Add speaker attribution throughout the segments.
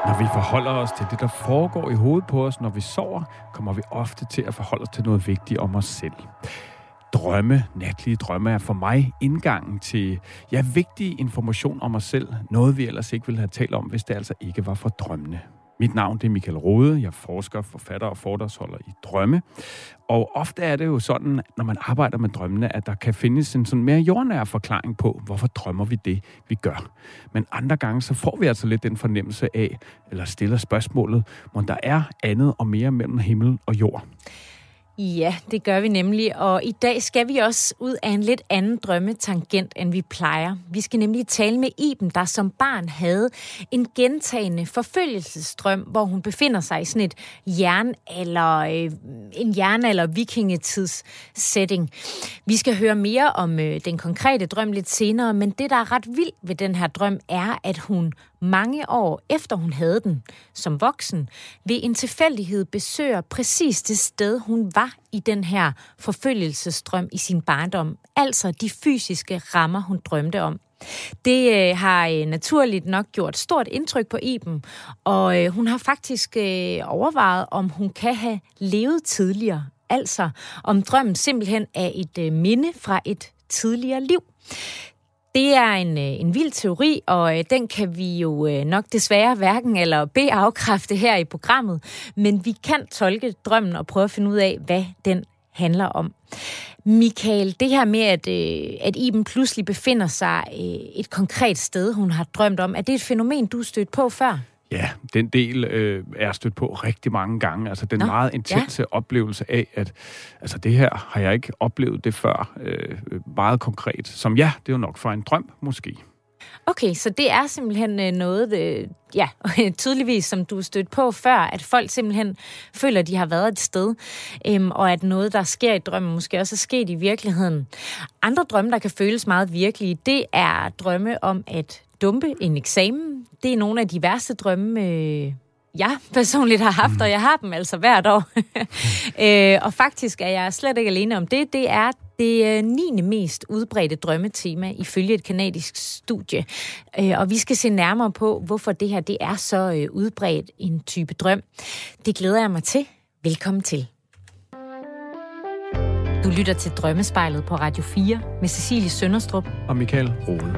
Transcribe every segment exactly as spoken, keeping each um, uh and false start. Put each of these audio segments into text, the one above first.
Speaker 1: Når vi forholder os til det, der foregår i hovedet på os, når vi sover, kommer vi ofte til at forholde os til noget vigtigt om os selv. Drømme, natlige drømme, er for mig indgangen til ja, vigtig information om os selv. Noget, vi ellers ikke ville have talt om, hvis det altså ikke var for drømmene. Mit navn det er Michael Rode. Jeg er forsker, forfatter og foredragsholder i drømme. Og ofte er det jo sådan, når man arbejder med drømmene, at der kan findes en sådan mere jordnær forklaring på, hvorfor drømmer vi det, vi gør. Men andre gange, så får vi altså lidt den fornemmelse af, eller stiller spørgsmålet, om der er andet og mere mellem himmel og jord.
Speaker 2: Ja, det gør vi nemlig, og i dag skal vi også ud af en lidt anden drømmetangent, end vi plejer. Vi skal nemlig tale med Iben, der som barn havde en gentagende forfølgelsesdrøm, hvor hun befinder sig i sådan et jernalder, øh, en jernalder vikingetids setting. Vi skal høre mere om øh, den konkrete drøm lidt senere, men det, der er ret vildt ved den her drøm, er, at hun mange år efter hun havde den som voksen, ved en tilfældighed besøger præcis det sted, hun var i den her forfølgelsesdrøm i sin barndom. Altså de fysiske rammer, hun drømte om. Det øh, har øh, naturligt nok gjort stort indtryk på Iben, og øh, hun har faktisk øh, overvejet, om hun kan have levet tidligere. Altså om drømmen simpelthen er et øh, minde fra et tidligere liv. Det er en, en vild teori, og den kan vi jo nok desværre hverken eller bede afkræfte her i programmet, men vi kan tolke drømmen og prøve at finde ud af, hvad den handler om. Michael, det her med, at, at Iben pludselig befinder sig et konkret sted, hun har drømt om, er det et fænomen, du er stødt på før?
Speaker 1: Ja, den del øh, er stødt på rigtig mange gange. Altså den Nå, meget intense ja. oplevelse af, at altså, det her har jeg ikke oplevet det før. Øh, meget konkret. Som ja, det er jo nok for en drøm, måske.
Speaker 2: Okay, så det er simpelthen noget, øh, ja, tydeligvis, som du er stødt på før, at folk simpelthen føler, at de har været et sted, øhm, og at noget, der sker i drømmen, måske også er sket i virkeligheden. Andre drømme, der kan føles meget virkelige, det er drømme om at dumpe en eksamen. Det er nogle af de værste drømme, øh, jeg personligt har haft, og jeg har dem altså hvert år. øh, og faktisk er jeg slet ikke alene om det. Det er det niende mest udbredte drømmetema ifølge et kanadisk studie. Øh, og vi skal se nærmere på, hvorfor det her det er så øh, udbredt en type drøm. Det glæder jeg mig til. Velkommen til. Du lytter til Drømmespejlet på Radio fire med Cecilie Sønderstrup
Speaker 1: og Michael Rode.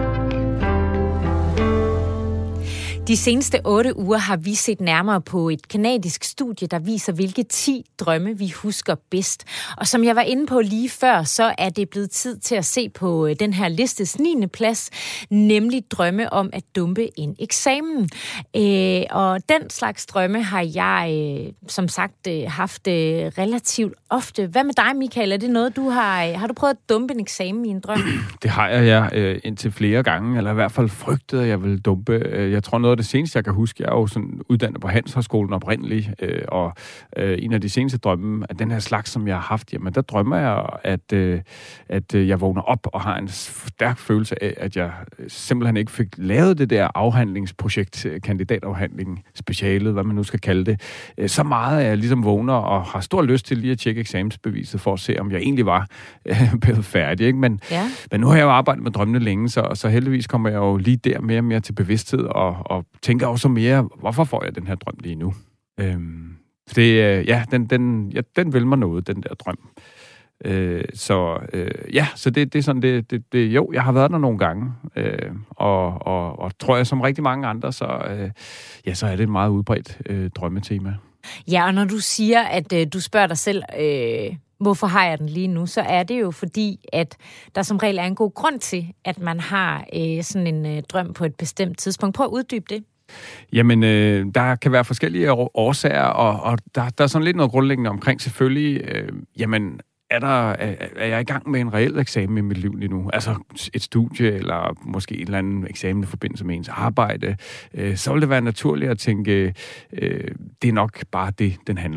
Speaker 2: De seneste otte uger har vi set nærmere på et kanadisk studie, der viser, hvilke ti drømme vi husker bedst. Og som jeg var inde på lige før, så er det blevet tid til at se på den her listes niende plads, nemlig drømme om at dumpe en eksamen. Øh, og den slags drømme har jeg, øh, som sagt, øh, haft øh, relativt ofte. Hvad med dig, Michael? Er det noget, du har... Har du prøvet at dumpe en eksamen i en drøm?
Speaker 1: Det har jeg, ja, øh, indtil flere gange, eller i hvert fald frygtet, at jeg ville dumpe. Jeg tror, noget af det seneste, jeg kan huske, jeg er jo sådan uddannet på Handelshøjskolen oprindeligt, øh, og øh, en af de seneste drømme af den her slags, som jeg har haft, jamen der drømmer jeg, at, øh, at jeg vågner op og har en stærk følelse af, at jeg simpelthen ikke fik lavet det der afhandlingsprojekt, kandidatafhandling, specialet, hvad man nu skal kalde det, øh, så meget, at jeg ligesom vågner og har stor lyst til lige at tjekke eksamensbeviset for at se, om jeg egentlig var øh, blevet færdig. Ikke? Men, ja. men nu har jeg jo arbejdet med drømmene længe, så, så heldigvis kommer jeg jo lige der mere og mere til bevidsthed og, og tænker også mere, hvorfor får jeg den her drøm lige nu? Øhm, det, ja, den, den, ja, den vil mig noget, den der drøm. Øh, så øh, ja, så det, det er sådan, det, det, det, jo, jeg har været der nogle gange, øh, og, og, og tror jeg, som rigtig mange andre, så, øh, ja, så er det et meget udbredt øh, drømmetema.
Speaker 2: Ja, og når du siger, at øh, du spørger dig selv, øh, hvorfor har jeg den lige nu, så er det jo fordi, at der som regel er en god grund til, at man har øh, sådan en øh, drøm på et bestemt tidspunkt. Prøv at uddybe det.
Speaker 1: Jamen, øh, der kan være forskellige årsager, og, og der, der er sådan lidt noget grundlæggende omkring selvfølgelig, øh, jamen, er, der, er, er jeg i gang med en reel eksamen i mit liv lige nu? Altså et studie, eller måske en eller anden eksamen i forbindelse med ens arbejde. Øh, så vil det være naturligt at tænke, øh, det er nok bare det, den handler om.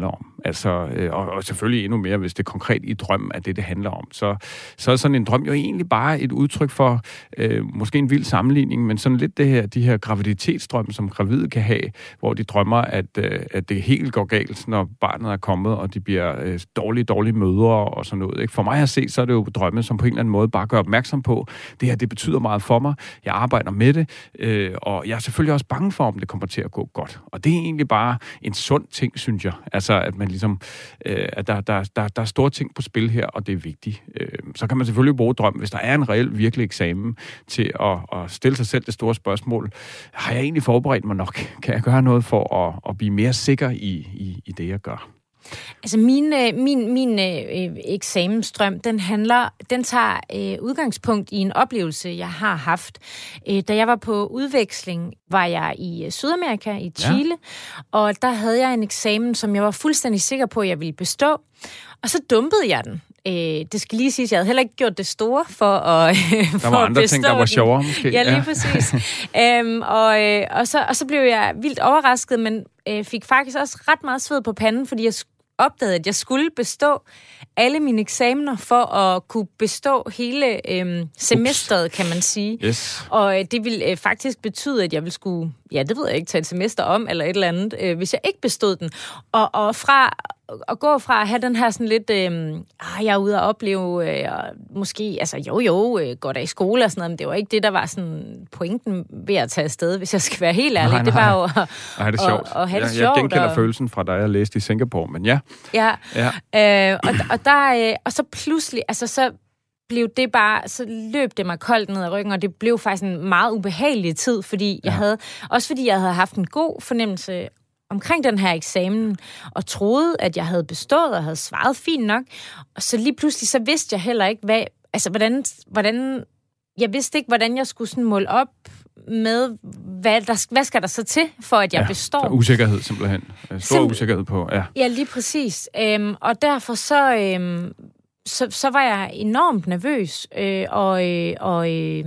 Speaker 1: Altså, øh, og, og selvfølgelig endnu mere, hvis det konkret i drømmen er det, det handler om. Så, så er sådan en drøm jo egentlig bare et udtryk for, øh, måske en vild sammenligning, men sådan lidt det her, de her graviditetsdrømme, som gravide kan have, hvor de drømmer, at, øh, at det helt går galt, når barnet er kommet, og de bliver øh, dårlige, dårlige mødre og sådan noget. Ikke? For mig at se, så er det jo drømme, som på en eller anden måde bare gør opmærksom på, det her, det betyder meget for mig. Jeg arbejder med det, øh, og jeg er selvfølgelig også bange for, om det kommer til at gå godt. Og det er egentlig bare en sund ting, synes jeg. Altså, at man ligesom, øh, at der, der, der, der er store ting på spil her, og det er vigtigt. Øh, så kan man selvfølgelig bruge drøm, hvis der er en reel, virkelig eksamen, til at, at stille sig selv det store spørgsmål. Har jeg egentlig forberedt mig nok? Kan jeg gøre noget for at, at blive mere sikker i, i, i det, jeg gør?
Speaker 2: Altså min, min, min øh, eksamensdrøm, den handler, den tager øh, udgangspunkt i en oplevelse, jeg har haft. Øh, da jeg var på udveksling, var jeg i Sydamerika, i Chile, ja. Og der havde jeg en eksamen, som jeg var fuldstændig sikker på, at jeg ville bestå. Og så dumpede jeg den. Øh, det skal lige siges, jeg havde heller ikke gjort det store for at øh,
Speaker 1: Der var andre
Speaker 2: bestå
Speaker 1: ting, der var sjovere måske.
Speaker 2: Ja, lige ja. præcis. øhm, og, øh, og, så, og så blev jeg vildt overrasket, men øh, fik faktisk også ret meget sved på panden, fordi jeg opdagede, at jeg skulle bestå alle mine eksamener for at kunne bestå hele øhm, semesteret, kan man sige.
Speaker 1: Yes.
Speaker 2: Og øh, det ville øh, faktisk betyde, at jeg ville skulle, ja, det ved jeg ikke, tage et semester om, eller et eller andet, øh, hvis jeg ikke bestod den. Og, og fra at gå fra at have den her sådan lidt, øh, ah, jeg er ude at opleve, øh, og måske, altså jo jo, øh, går der i skole og sådan noget, men det var ikke det, der var sådan pointen ved at tage afsted, hvis jeg skal være helt ærlig.
Speaker 1: Nej, nej.
Speaker 2: Det var jo at,
Speaker 1: nej, det er sjovt.
Speaker 2: at, at have det
Speaker 1: jeg,
Speaker 2: sjovt.
Speaker 1: Jeg genkender
Speaker 2: og
Speaker 1: følelsen fra, da jeg læste i Singapore, men ja.
Speaker 2: Ja,
Speaker 1: ja.
Speaker 2: Øh, og, og, der, øh, og så pludselig, altså så blev det bare, så løb det mig koldt ned ad ryggen, og det blev faktisk en meget ubehagelig tid, fordi jeg ja. havde, også fordi jeg havde haft en god fornemmelse omkring den her eksamen, og troede, at jeg havde bestået og havde svaret fint nok. Og så lige pludselig, så vidste jeg heller ikke, hvad, altså hvordan, hvordan, jeg vidste ikke, hvordan jeg skulle sådan måle op med, hvad, der, hvad skal der så til, for at jeg
Speaker 1: ja,
Speaker 2: består.
Speaker 1: Der er usikkerhed simpelthen. Stor Simpel- usikkerhed på, ja.
Speaker 2: Ja, lige præcis. Øhm, og derfor så, øhm, så, så var jeg enormt nervøs, øh, og, øh, og, øh,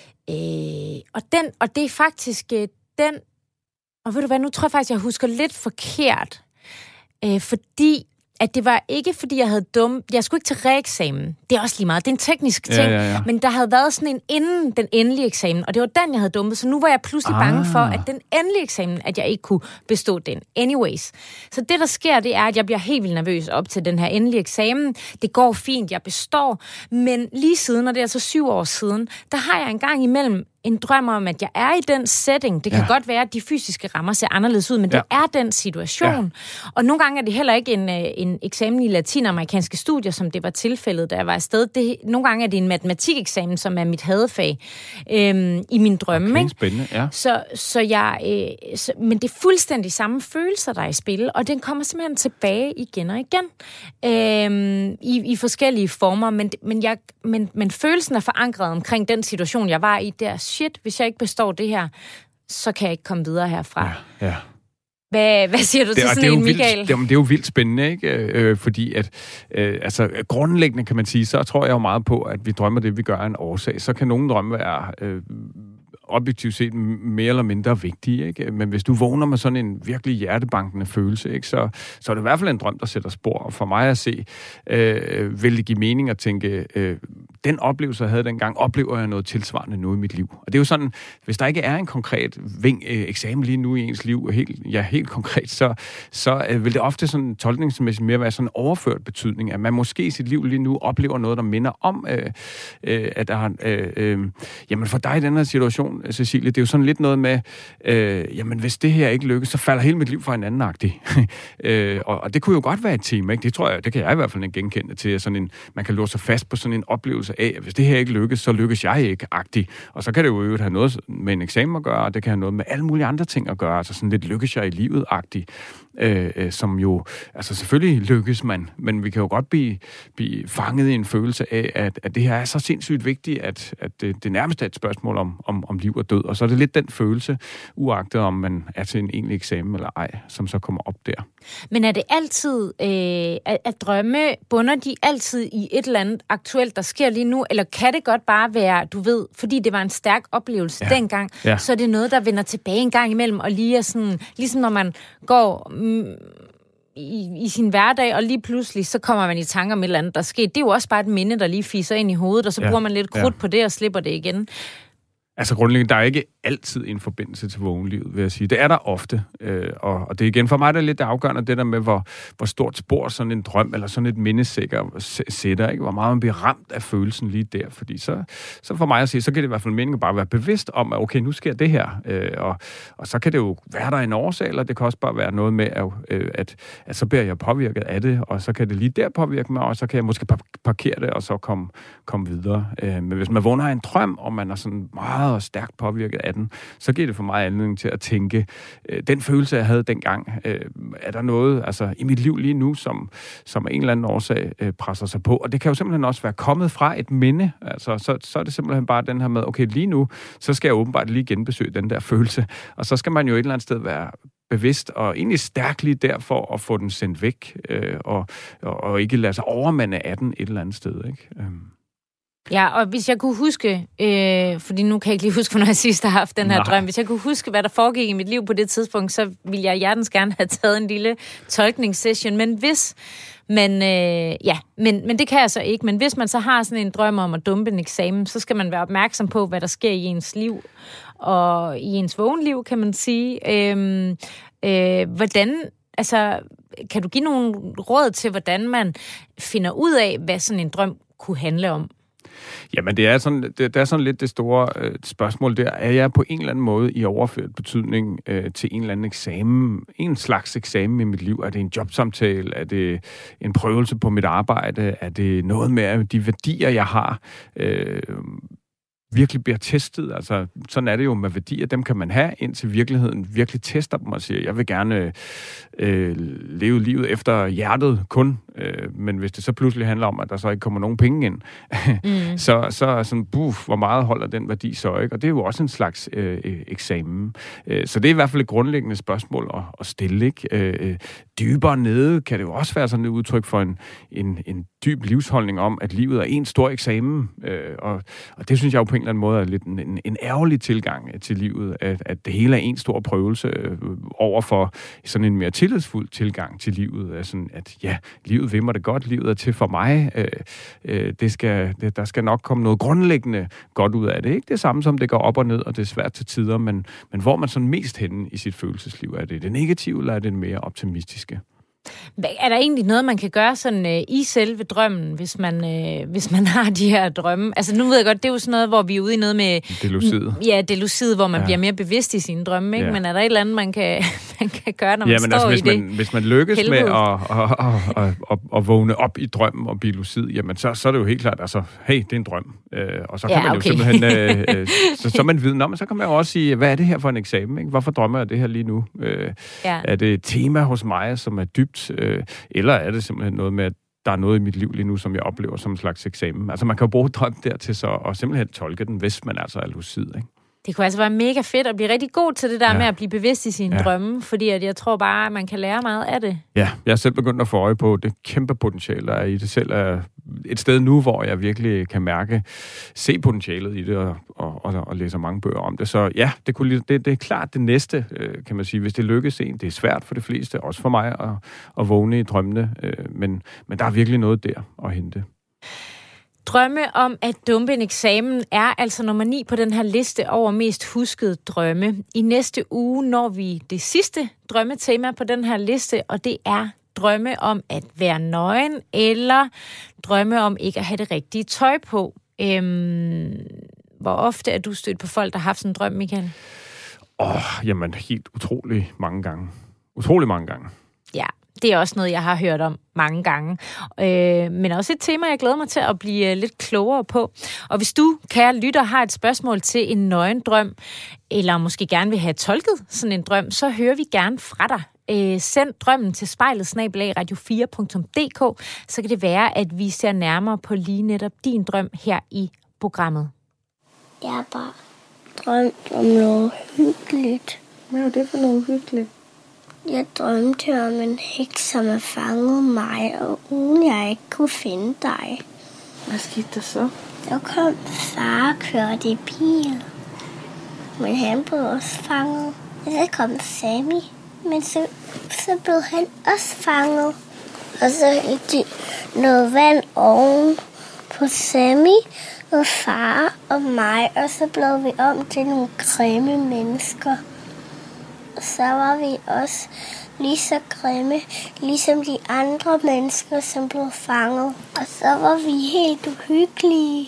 Speaker 2: øh, og, den, og det er faktisk øh, den. Og ved du hvad, nu tror jeg faktisk, jeg husker lidt forkert. Øh, fordi, at det var ikke, fordi jeg havde dum... Jeg skulle ikke til reeksamen. Det er også lige meget. Det er en teknisk ting.
Speaker 1: Ja, ja, ja.
Speaker 2: Men der havde været sådan en inden den endelige eksamen, og det var den, jeg havde dumpet. Så nu var jeg pludselig ah. bange for, at den endelige eksamen, at jeg ikke kunne bestå den. Anyways. Så det, der sker, det er, at jeg bliver helt vildt nervøs op til den her endelige eksamen. Det går fint, jeg består. Men lige siden, og det er altså syv år siden, der har jeg en gang imellem en drøm om, at jeg er i den setting. Det kan ja. godt være, at de fysiske rammer ser anderledes ud, men ja. det er den situation. Ja. Og nogle gange er det heller ikke en, en eksamen i latinamerikanske studier, som det var tilfældet, da jeg var afsted. Det, nogle gange er det en matematikeksamen, som er mit hadefag øhm, i min drømme.
Speaker 1: Okay,
Speaker 2: ikke?
Speaker 1: Spændende, ja.
Speaker 2: Så, så jeg, øh, så, men det er fuldstændig samme følelser, der er i spil, og den kommer simpelthen tilbage igen og igen øhm, i, i forskellige former, men, men, jeg, men, men følelsen er forankret omkring den situation, jeg var i der. Shit, hvis jeg ikke består det her, så kan jeg ikke komme videre herfra.
Speaker 1: Ja, ja.
Speaker 2: Hvad, hvad siger du til det, sådan en, Michael?
Speaker 1: Vildt, det, det er jo vildt spændende, ikke? Øh, fordi at, øh, altså, grundlæggende kan man sige, så tror jeg jo meget på, at vi drømmer det, vi gør af en årsag. Så kan nogle drømme være øh, objektivt set mere eller mindre vigtige, ikke? Men hvis du vågner med sådan en virkelig hjertebankende følelse, ikke? Så, så er det i hvert fald en drøm, der sætter spor. Og for mig at se, øh, vil det give mening at tænke, øh, den oplevelse, jeg havde dengang, oplever jeg noget tilsvarende nu i mit liv. Og det er jo sådan, hvis der ikke er en konkret ving, øh, eksamen lige nu i ens liv, helt, ja, helt konkret, så, så øh, vil det ofte sådan tolkningsmæssigt mere være sådan en overført betydning, at man måske i sit liv lige nu oplever noget, der minder om, øh, øh, at der har... Øh, øh, jamen for dig i den her situation, Cecilie, det er jo sådan lidt noget med, øh, jamen hvis det her ikke lykkes, så falder hele mit liv fra en anden-agtig. øh, og, og det kunne jo godt være et tema, ikke? Det tror jeg, det kan jeg i hvert fald genkende til, sådan en, man kan låse sig fast på sådan en oplevelse af, at hvis det her ikke lykkes, så lykkes jeg ikke, agtig. Og så kan det jo have noget med en eksamen at gøre, og det kan have noget med alle mulige andre ting at gøre, altså sådan lidt lykkes jeg i livet, agtig. Øh, øh, som jo, altså selvfølgelig lykkes man, men vi kan jo godt blive, blive fanget i en følelse af, at, at det her er så sindssygt vigtigt, at, at det, det nærmest er et spørgsmål om, om, om liv og død, og så er det lidt den følelse, uagtet om man er til en egentlig eksamen eller ej, som så kommer op der.
Speaker 2: Men er det altid, øh, at, at drømme, bunder de altid i et eller andet aktuelt, der sker lige nu, eller kan det godt bare være, du ved, fordi det var en stærk oplevelse ja. dengang, ja. så er det noget, der vender tilbage en gang imellem, og lige er sådan, ligesom når man går mm, i, i sin hverdag, og lige pludselig, så kommer man i tanker om et eller andet, der er sket. Det er jo også bare et minde, der lige fiser ind i hovedet, og så ja, bruger man lidt krudt ja. på det, og slipper det igen.
Speaker 1: Altså grundlæggende, der er ikke altid en forbindelse til vågenlivet, vil jeg sige. Det er der ofte, øh, og, og det er igen for mig, der er lidt det afgørende, det der med, hvor, hvor stort spor sådan en drøm, eller sådan et mindesikker sætter, ikke? Hvor meget man bliver ramt af følelsen lige der, fordi så, så for mig at sige, så kan det i hvert fald meningen bare være bevidst om, at okay, nu sker det her, øh, og, og så kan det jo være der en årsag, eller det kan også bare være noget med, at, øh, at, at så bliver jeg påvirket af det, og så kan det lige der påvirke mig, og så kan jeg måske parkere det, og så komme, komme videre. Øh, men hvis man vågner af en drøm, og man er sådan meget og stærkt påvirket af den, så giver det for mig anledning til at tænke, øh, den følelse, jeg havde dengang, øh, er der noget altså, i mit liv lige nu, som, som af en eller anden årsag øh, presser sig på. Og det kan jo simpelthen også være kommet fra et minde. Altså, så, så er det simpelthen bare den her med, okay, lige nu, så skal jeg åbenbart lige genbesøge den der følelse. Og så skal man jo et eller andet sted være bevidst og egentlig stærk lige derfor at få den sendt væk, øh, og, og, og ikke lade sig overmande af den et eller andet sted, ikke? Um.
Speaker 2: Ja, og hvis jeg kunne huske, øh, fordi nu kan jeg ikke lige huske, hvornår jeg sidst har haft den her Nej. drøm, hvis jeg kunne huske, hvad der foregik i mit liv på det tidspunkt, så ville jeg hjertens gerne have taget en lille tolkningssession. Men hvis man, øh, ja, men, men det kan jeg så ikke. Men hvis man så har sådan en drøm om at dumpe en eksamen, så skal man være opmærksom på, hvad der sker i ens liv, og i ens vågenliv, kan man sige. Øh, øh, hvordan, altså, kan du give nogle råd til, hvordan man finder ud af, hvad sådan en drøm kunne handle om?
Speaker 1: Jamen, det er sådan, det, det er sådan lidt det store øh, spørgsmål der. Er jeg på en eller anden måde i overført betydning øh, til en eller anden eksamen, en slags eksamen i mit liv? Er det en jobsamtale? Er det en prøvelse på mit arbejde? Er det noget med de værdier, jeg har, øh, virkelig bliver testet? Altså, sådan er det jo med værdier. Dem kan man have, indtil virkeligheden virkelig tester dem og siger, jeg vil gerne øh, leve livet efter hjertet kun. Øh, men hvis det så pludselig handler om, at der så ikke kommer nogen penge ind, mm. så, så er sådan, buff, hvor meget holder den værdi så, ikke? Og det er jo også en slags øh, eksamen. Øh, så det er i hvert fald et grundlæggende spørgsmål at, at stille, ikke? Øh, dybere nede kan det jo også være sådan et udtryk for en, en, en dyb livsholdning om, at livet er en stor eksamen. Øh, og, og det synes jeg jo på en eller anden måde er lidt en, en, en ærgerlig tilgang til livet, at, at det hele er en stor prøvelse øh, over for sådan en mere tillidsfuld tilgang til livet. Altså, at ja, livet vil mig det godt, livet er til for mig. Øh, øh, det skal, det, der skal nok komme noget grundlæggende godt ud af det. Ikke det samme som det går op og ned, og det er svært til tider, men, men hvor man sådan mest henne i sit følelsesliv? Er det det negative, eller er det det mere optimistiske?
Speaker 2: Er der egentlig noget, man kan gøre sådan øh, i selve drømmen, hvis man, øh, hvis man har de her drømme? Altså nu ved jeg godt, det er jo sådan noget, hvor vi er ude i noget med...
Speaker 1: Det lucide.
Speaker 2: Ja, det lucide, hvor man ja. bliver mere bevidst i sine drømme, ikke? Ja. Men er der et eller andet, man kan, man kan gøre, når man ja, men står altså,
Speaker 1: hvis
Speaker 2: i
Speaker 1: man,
Speaker 2: det
Speaker 1: hvis man lykkes helvede. med at, at, at, at, at, at vågne op i drømmen og blive lucid, jamen så, så er det jo helt klart, altså, hey, det er en drøm. Øh, og så kan ja, man okay. jo simpelthen... Øh, øh, så, så man ved, nå, men så kan man jo også sige, hvad er det her for en eksamen? Ikke? Hvorfor drømmer jeg det her lige nu? Øh, ja. Er det et tema hos mig, som er dybt... Øh, eller er det simpelthen noget med, at der er noget i mit liv lige nu, som jeg oplever som en slags eksamen? Altså man kan jo bruge drøm der til så og simpelthen tolke den, hvis man altså er lucid, ikke?
Speaker 2: Det kunne altså være mega fedt at blive rigtig god til det der ja. med at blive bevidst i sine ja. drømme, fordi at jeg tror bare, at man kan lære meget af det. Ja,
Speaker 1: jeg er selv begyndt at få øje på det kæmpe potentiale, der er i det selv. Er et sted nu, hvor jeg virkelig kan mærke, se potentialet i det og, og, og, og læse mange bøger om det. Så ja, det, kunne, det, det er klart det næste, kan man sige, hvis det lykkes en. Det er svært for de fleste, også for mig, at, at vågne i drømmene, men, men der er virkelig noget der at hente.
Speaker 2: Drømme om at dumpe en eksamen er altså nummer ni på den her liste over mest huskede drømme. I næste uge når vi det sidste drømmetema på den her liste, og det er drømme om at være nøgen, eller drømme om ikke at have det rigtige tøj på. Øhm, hvor ofte er du stødt på folk, der har haft sådan en drøm, Michael?
Speaker 1: Åh, oh, jamen helt utrolig mange gange. Utrolig mange gange.
Speaker 2: Ja. Det er også noget, jeg har hørt om mange gange. Øh, men også et tema, jeg glæder mig til at blive lidt klogere på. Og hvis du, kære lytter, har et spørgsmål til en nøgendrøm, eller måske gerne vil have tolket sådan en drøm, så hører vi gerne fra dig. Øh, send drømmen til spejlet snabel-a radio fire punktum d k, så kan det være, at vi ser nærmere på lige netop din drøm her i programmet.
Speaker 3: Jeg har bare drømt om noget hyggeligt.
Speaker 4: Hvad er det for noget hyggeligt?
Speaker 3: Jeg drømte om en heks, som havde fanget mig, og uden jeg ikke kunne finde dig.
Speaker 4: Hvad skete der så?
Speaker 3: Så kom far og kørte i bil. Men han blev også fanget. Og så kom Sammy. Men så, så blev han også fanget. Og så hældte de noget vand oven på Sammy og far og mig. Og så blev vi om til nogle grimme mennesker. Og så var vi også lige så grimme, ligesom de andre mennesker, som blev fanget. Og så var vi helt uhyggelige.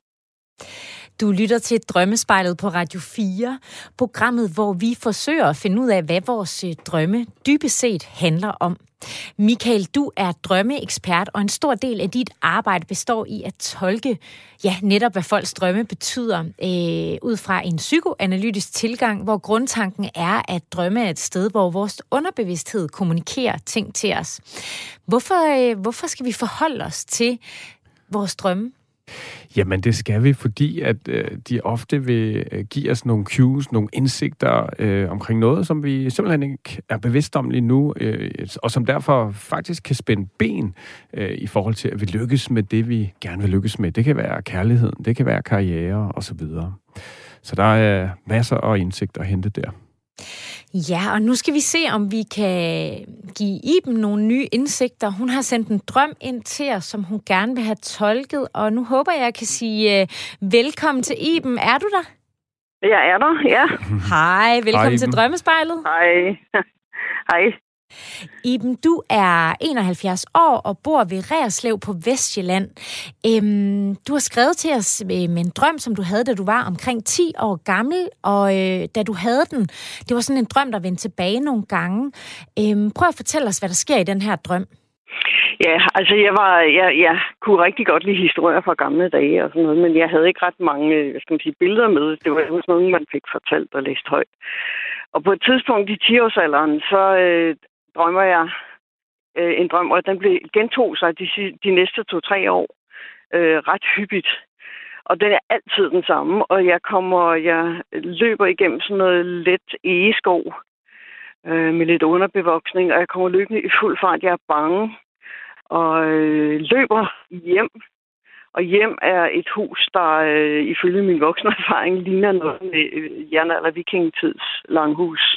Speaker 2: Du lytter til Drømmespejlet på Radio fire, programmet, hvor vi forsøger at finde ud af, hvad vores drømme dybest set handler om. Michael, du er drømmeekspert, og en stor del af dit arbejde består i at tolke, ja, netop hvad folks drømme betyder, øh, ud fra en psykoanalytisk tilgang, hvor grundtanken er, at drømme er et sted, hvor vores underbevidsthed kommunikerer ting til os. Hvorfor, øh, hvorfor skal vi forholde os til vores drømme?
Speaker 1: Jamen, det skal vi, fordi at øh, de ofte vil øh, give os nogle cues, nogle indsigter øh, omkring noget, som vi simpelthen ikke er bevidste om lige nu, øh, og som derfor faktisk kan spænde ben øh, i forhold til, at vi lykkes med det, vi gerne vil lykkes med. Det kan være kærligheden, det kan være karriere osv. Så der er masser af indsigter at hente der.
Speaker 2: Ja, og nu skal vi se, om vi kan give Iben nogle nye indsigter. Hun har sendt en drøm ind til os, som hun gerne vil have tolket, og nu håber jeg, jeg kan sige uh, velkommen til Iben. Er du der?
Speaker 5: Jeg er der, ja.
Speaker 2: Hej, velkommen
Speaker 1: Hej,
Speaker 2: til Drømmespejlet.
Speaker 5: Hej. Hej.
Speaker 2: Iben, du er enoghalvfjerds år og bor ved Reerslev på Vestsjælland. Øhm, du har skrevet til os med en drøm, som du havde, da du var omkring ti år gammel, og øh, da du havde den, det var sådan en drøm, der vendte tilbage nogle gange. Øhm, prøv at fortælle os, hvad der sker i den her drøm.
Speaker 5: Ja, altså jeg var, jeg, jeg kunne rigtig godt lide historier fra gamle dage og sådan noget, men jeg havde ikke ret mange, hvad skal man sige, billeder med. Det var sådan noget, man fik fortalt og læst højt. Og på et tidspunkt i ti-årsalderen, så øh, drømmer jeg øh, en drøm, og den blev gentog sig de, de næste to-tre år øh, ret hyppigt. Og den er altid den samme, og jeg kommer, jeg løber igennem sådan noget let egeskov øh, med lidt underbevoksning, og jeg kommer løbende i fuld fart. Jeg er bange og øh, løber hjem. Og hjem er et hus, der øh, ifølge min voksne erfaring ligner noget med øh, jernalder vikingetids langhus.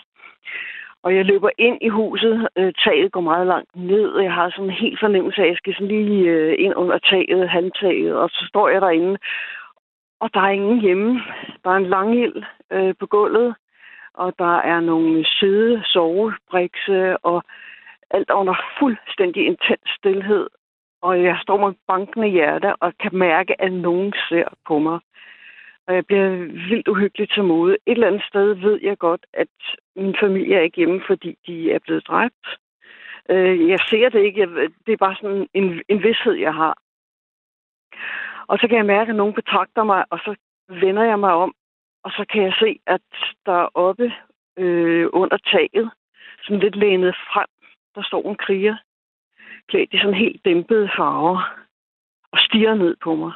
Speaker 5: Og jeg løber ind i huset. Øh, taget går meget langt ned, og jeg har sådan en helt fornemmelse af, at jeg skal sådan lige øh, ind under taget, handtaget, og så står jeg derinde. Og der er ingen hjemme. Der er en langild øh, på gulvet, og der er nogle søde sovebrikse, og alt under fuldstændig intens stilhed. Og jeg står med bankende hjerte og kan mærke, at nogen ser på mig. Og jeg bliver vildt uhyggelig til mode. Et eller andet sted ved jeg godt, at min familie er ikke hjemme, fordi de er blevet dræbt. Jeg ser det ikke. Det er bare sådan en, en vidsthed, jeg har. Og så kan jeg mærke, at nogen betragter mig, og så vender jeg mig om. Og så kan jeg se, at der er oppe øh, under taget, sådan lidt lænet frem, der står en kriger, klædt i sådan helt dæmpede farver, og stiger ned på mig.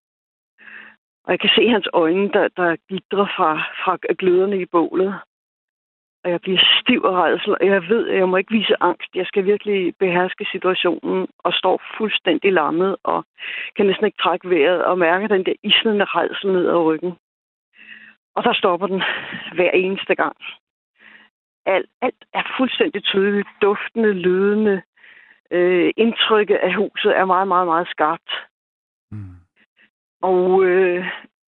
Speaker 5: Og jeg kan se hans øjne, der, der glitrer fra, fra gløderne i bålet. Og jeg bliver stiv af rædsel, og jeg ved, at jeg må ikke vise angst. Jeg skal virkelig beherske situationen, og står fuldstændig lammet, og kan næsten ikke trække vejret, og mærke den der isnende rædsel ned ad ryggen. Og der stopper den hver eneste gang. Alt, alt er fuldstændig tydeligt, duftende, lydende. Øh, indtrykket af huset er meget, meget, meget skarpt. Mm. Og øh,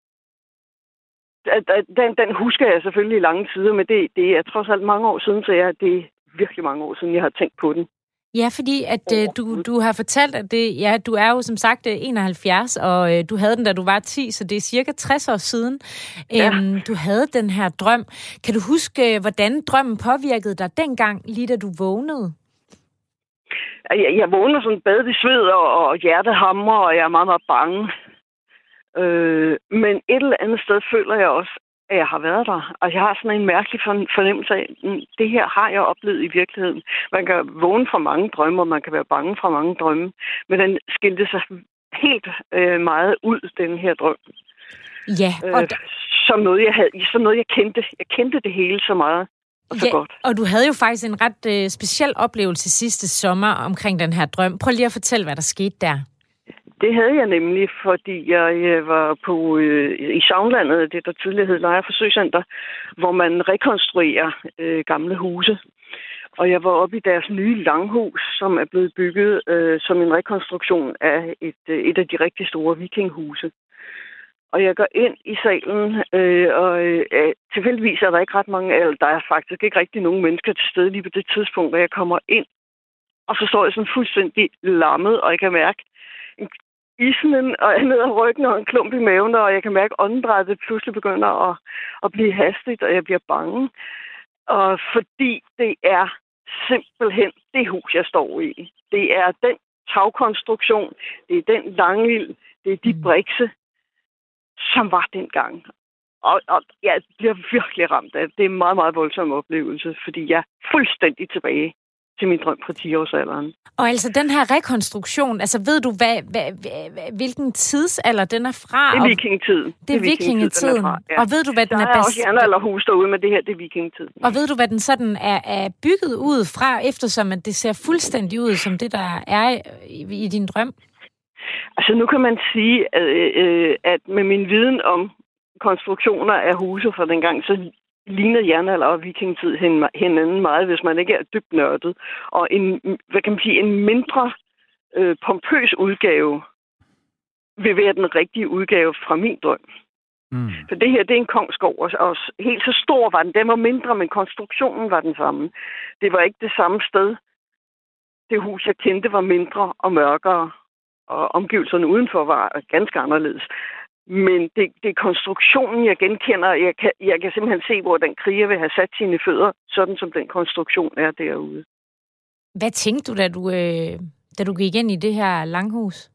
Speaker 5: den, den husker jeg selvfølgelig i lange tider, men det, det er trods alt mange år siden, så jeg, det er virkelig mange år siden, jeg har tænkt på den.
Speaker 2: Ja, fordi at øh, du, du har fortalt, at det, ja, du er jo som sagt enoghalvfjerds, og øh, du havde den, da du var ti, så det er cirka tres år siden, ja. øhm, du havde den her drøm. Kan du huske, hvordan drømmen påvirkede dig dengang, lige da du vågnede?
Speaker 5: Jeg, jeg vågner sådan badet i sved, og, og hjertet hamrer, og jeg er meget, meget bange. Øh, men et eller andet sted føler jeg også, at jeg har været der. Og jeg har sådan en mærkelig fornemmelse af, at det her har jeg oplevet i virkeligheden. Man kan vågne fra mange drømme, og man kan være bange fra mange drømme. Men den skilte sig helt øh, meget ud, den her drøm.
Speaker 2: Ja, og
Speaker 5: øh, som noget, jeg havde, som noget, jeg kendte. Jeg kendte det hele så meget. Og, så
Speaker 2: ja,
Speaker 5: godt.
Speaker 2: Og du havde jo faktisk en ret øh, speciel oplevelse sidste sommer omkring den her drøm. Prøv lige at fortælle, hvad der skete der.
Speaker 5: Det havde jeg nemlig, fordi jeg, jeg var på øh, i Savnlandet, det der tidligere hed Lejre Forsøgscenter, hvor man rekonstruerer øh, gamle huse. Og jeg var oppe i deres nye langhus, som er blevet bygget øh, som en rekonstruktion af et, øh, et af de rigtig store vikinghuse. Og jeg går ind i salen, øh, og øh, tilfældigvis er der ikke ret mange, eller der er faktisk ikke rigtig nogen mennesker til stede lige på det tidspunkt, hvor jeg kommer ind. Og så står jeg sådan fuldstændig lammet, og jeg kan mærke isnen og ned ad ryggen og en klump i maven, og jeg kan mærke, at åndedrættet pludselig begynder at, at blive hastigt, og jeg bliver bange. Og fordi det er simpelthen det hus, jeg står i. Det er den tagkonstruktion, det er den langild, det er de brikse, som var dengang. Og, og jeg bliver virkelig ramt af det. Det er en meget, meget voldsom oplevelse, fordi jeg er fuldstændig tilbage til min drøm fra ti-årsalderen.
Speaker 2: Og altså den her rekonstruktion, altså ved du, hvad, hvad, hvad, hvilken tidsalder den er fra?
Speaker 5: Det er vikingetiden.
Speaker 2: Det er vikingetiden. Ja. Og ved du, hvad den
Speaker 5: der
Speaker 2: er...
Speaker 5: Der er også jernalderhus derude, men det her, det er vikingetiden.
Speaker 2: Og ved du, hvad den sådan er, er bygget ud fra, eftersom at det ser fuldstændig ud som det, der er i, i din drøm?
Speaker 5: Altså nu kan man sige, at, øh, at med min viden om konstruktioner af huse fra dengang, så ligner jernalder og vikingetid hinanden meget, hvis man ikke er dybt nørdet. Og en, hvad kan man sige, en mindre øh, pompøs udgave vil være den rigtige udgave fra min drøm. Mm. For det her, det er en kongsgård, og, og helt så stor var den. Den var mindre, men konstruktionen var den samme. Det var ikke det samme sted. Det hus, jeg kendte, var mindre og mørkere, og omgivelserne udenfor var ganske anderledes. Men det, det er konstruktionen, jeg genkender. Jeg kan, jeg kan simpelthen se, hvor den kriger vil have sat sine fødder, sådan som den konstruktion er derude.
Speaker 2: Hvad tænkte du, da du, øh, da du gik ind i det her langhus?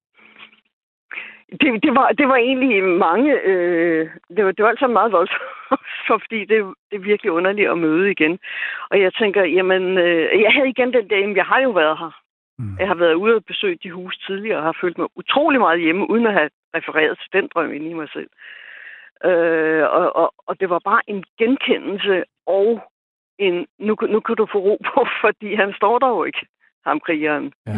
Speaker 5: Det, det, var, det var egentlig mange... Øh, det, var, det var altså meget voldsomt, fordi det, det er virkelig underligt at møde igen. Og jeg tænker, jamen... Øh, jeg havde igen den dag, jeg har jo været her. Mm. Jeg har været ude og besøgt de hus tidligere, og har følt mig utrolig meget hjemme, uden at have refereret til den drøm inde i mig selv. Øh, og, og, og det var bare en genkendelse, og en, nu, nu kan du få ro på, fordi han står der jo ikke, ham krigeren. Ja.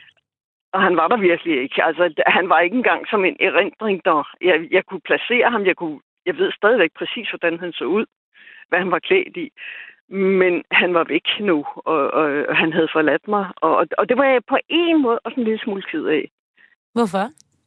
Speaker 5: Og han var der virkelig ikke. Altså, han var ikke engang som en erindring, der jeg, jeg kunne placere ham. Jeg, kunne, jeg ved stadigvæk præcis, hvordan han så ud, hvad han var klædt i. Men han var væk nu, og, og, og han havde forladt mig. Og, og det var jeg på en måde også en lille smule ked af.
Speaker 2: Hvorfor?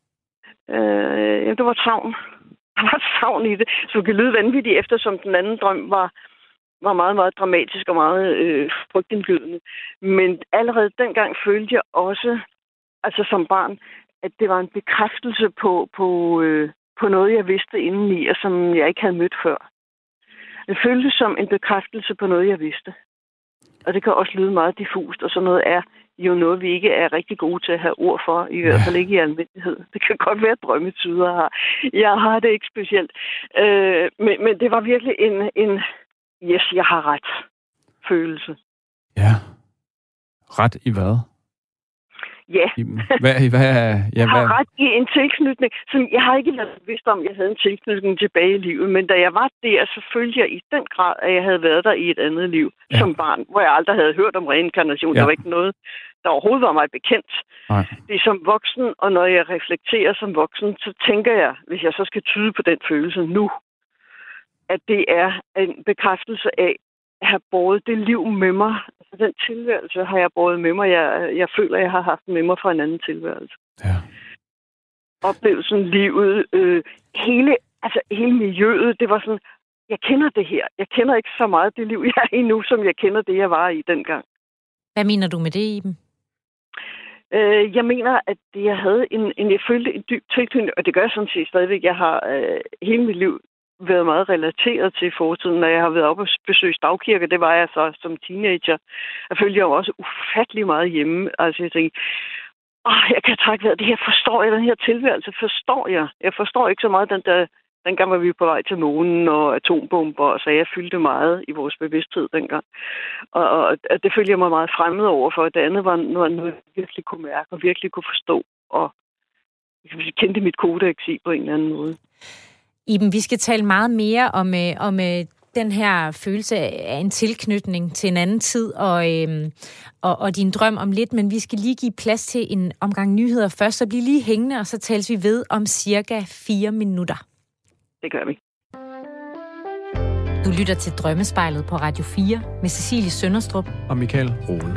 Speaker 5: Øh, ja, det var et savn. Der var et savn i det. Så det kan lyde vanvittigt, eftersom den anden drøm var, var meget, meget dramatisk og meget øh, frygtindgydende. Men allerede dengang følte jeg også, altså som barn, at det var en bekræftelse på, på, øh, på noget, jeg vidste indeni, og som jeg ikke havde mødt før. Det føltes som en bekræftelse på noget, jeg vidste. Og det kan også lyde meget diffust, og sådan noget er jo noget, vi ikke er rigtig gode til at have ord for, i hvert fald ikke i almindelighed. Det kan godt være drømmetyder her. Jeg har det ikke specielt. Øh, men, men det var virkelig en, en yes, jeg har ret følelse.
Speaker 1: Ja. Ret i hvad?
Speaker 5: Ja.
Speaker 1: Hvad, hvad, ja,
Speaker 5: jeg har
Speaker 1: hvad?
Speaker 5: ret i en tilknytning. Så jeg har ikke været bevidst om, at jeg havde en tilknytning tilbage i livet, men da jeg var der, så følte jeg i den grad, at jeg havde været der i et andet liv ja. som barn, hvor jeg aldrig havde hørt om reinkarnation. Ja. Der var ikke noget, der overhovedet var mig bekendt. Nej. Det er som voksen, og når jeg reflekterer som voksen, så tænker jeg, hvis jeg så skal tyde på den følelse nu, at det er en bekræftelse af, jeg har båret det liv med mig. Altså, den tilværelse har jeg båret med mig. Jeg, jeg føler, jeg har haft med mig fra en anden tilværelse. Ja. Oplevelsen, livet, øh, hele, altså, hele miljøet, det var sådan, jeg kender det her. Jeg kender ikke så meget det liv, jeg er i nu, som jeg kender det, jeg var i dengang.
Speaker 2: Hvad mener du med det, Iben?
Speaker 5: Øh, jeg mener, at jeg havde en, en, jeg følte en dyb tilknytning, og det gør jeg sådan set stadigvæk. Jeg har øh, hele mit liv været meget relateret til fortiden, når jeg har været oppe og besøgt stavkirker. Det var jeg så som teenager. Jeg følte jeg også ufattelig meget hjemme. Altså jeg tænkte, åh, jeg kan trække vejret. Det her forstår jeg, den her tilværelse forstår jeg. Jeg forstår ikke så meget den der, dengang var vi på vej til månen og atombomber, så jeg fyldte meget i vores bevidsthed dengang. Og, og det følte jeg mig meget fremmed over for. Det andet var noget, jeg virkelig kunne mærke og virkelig kunne forstå. Og jeg kendte mit kodeks i på en eller anden måde.
Speaker 2: Iben, vi skal tale meget mere om, øh, om øh, den her følelse af en tilknytning til en anden tid og, øh, og, og din drøm om lidt, men vi skal lige give plads til en omgang nyheder først, så bliv lige hængende, og så tales vi ved om cirka fire minutter.
Speaker 5: Det gør vi.
Speaker 2: Du lytter til Drømmespejlet på Radio fire med Cecilie Sønderstrup
Speaker 1: og Michael Rode.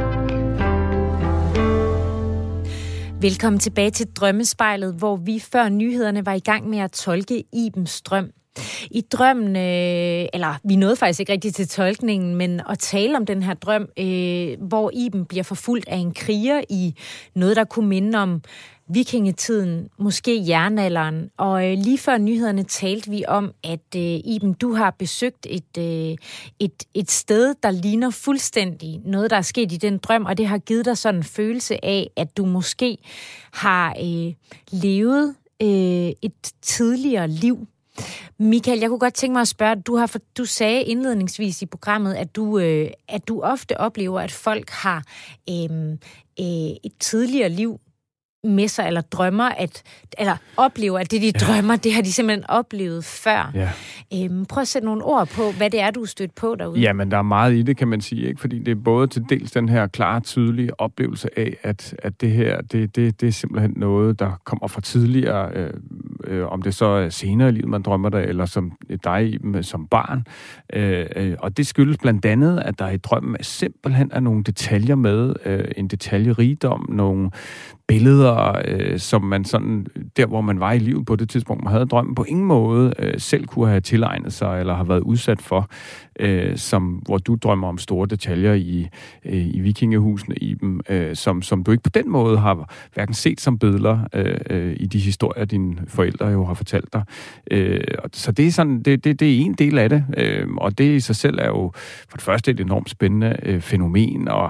Speaker 2: Velkommen tilbage til Drømmespejlet, hvor vi før nyhederne var i gang med at tolke Ibens drøm. I drømmen, øh, eller vi nåede faktisk ikke rigtig til tolkningen, men at tale om den her drøm, øh, hvor Iben bliver forfulgt af en kriger i noget, der kunne minde om vikingetiden, måske jernalderen. Og øh, lige før nyhederne talte vi om, at øh, Iben, du har besøgt et, øh, et, et sted, der ligner fuldstændig noget, der er sket i den drøm, og det har givet dig sådan en følelse af, at du måske har øh, levet øh, et tidligere liv. Michael, jeg kunne godt tænke mig at spørge, du har, du sagde indledningsvis i programmet, at du, øh, at du ofte oplever, at folk har øh, øh, et tidligere liv med sig, eller drømmer, at, eller oplever, at det, de ja. drømmer, det har de simpelthen oplevet før. Ja. Øhm, prøv at sætte nogle ord på, hvad det er, du er stødt på derude.
Speaker 1: Ja, men der er meget i det, kan man sige, ikke? Fordi det er både til dels den her klare, tydelige oplevelse af, at, at det her, det, det, det er simpelthen noget, der kommer fra tidligere, øh, øh, om det så er senere i livet, man drømmer det, eller som dig som barn. Øh, øh, og det skyldes blandt andet, at der i drømmen simpelthen er nogle detaljer med, øh, en detaljerigdom, nogle billeder, øh, som man sådan, der hvor man var i livet på det tidspunkt, man havde drømmen, på ingen måde øh, selv kunne have tilegnet sig, eller har været udsat for, øh, som, hvor du drømmer om store detaljer i, øh, i vikingehusene i dem, øh, som, som du ikke på den måde har hverken set som billeder øh, øh, i de historier, dine forældre jo har fortalt dig. Øh, så det er sådan, det, det, det er en del af det, øh, og det i sig selv er jo for det første et enormt spændende øh, fænomen, og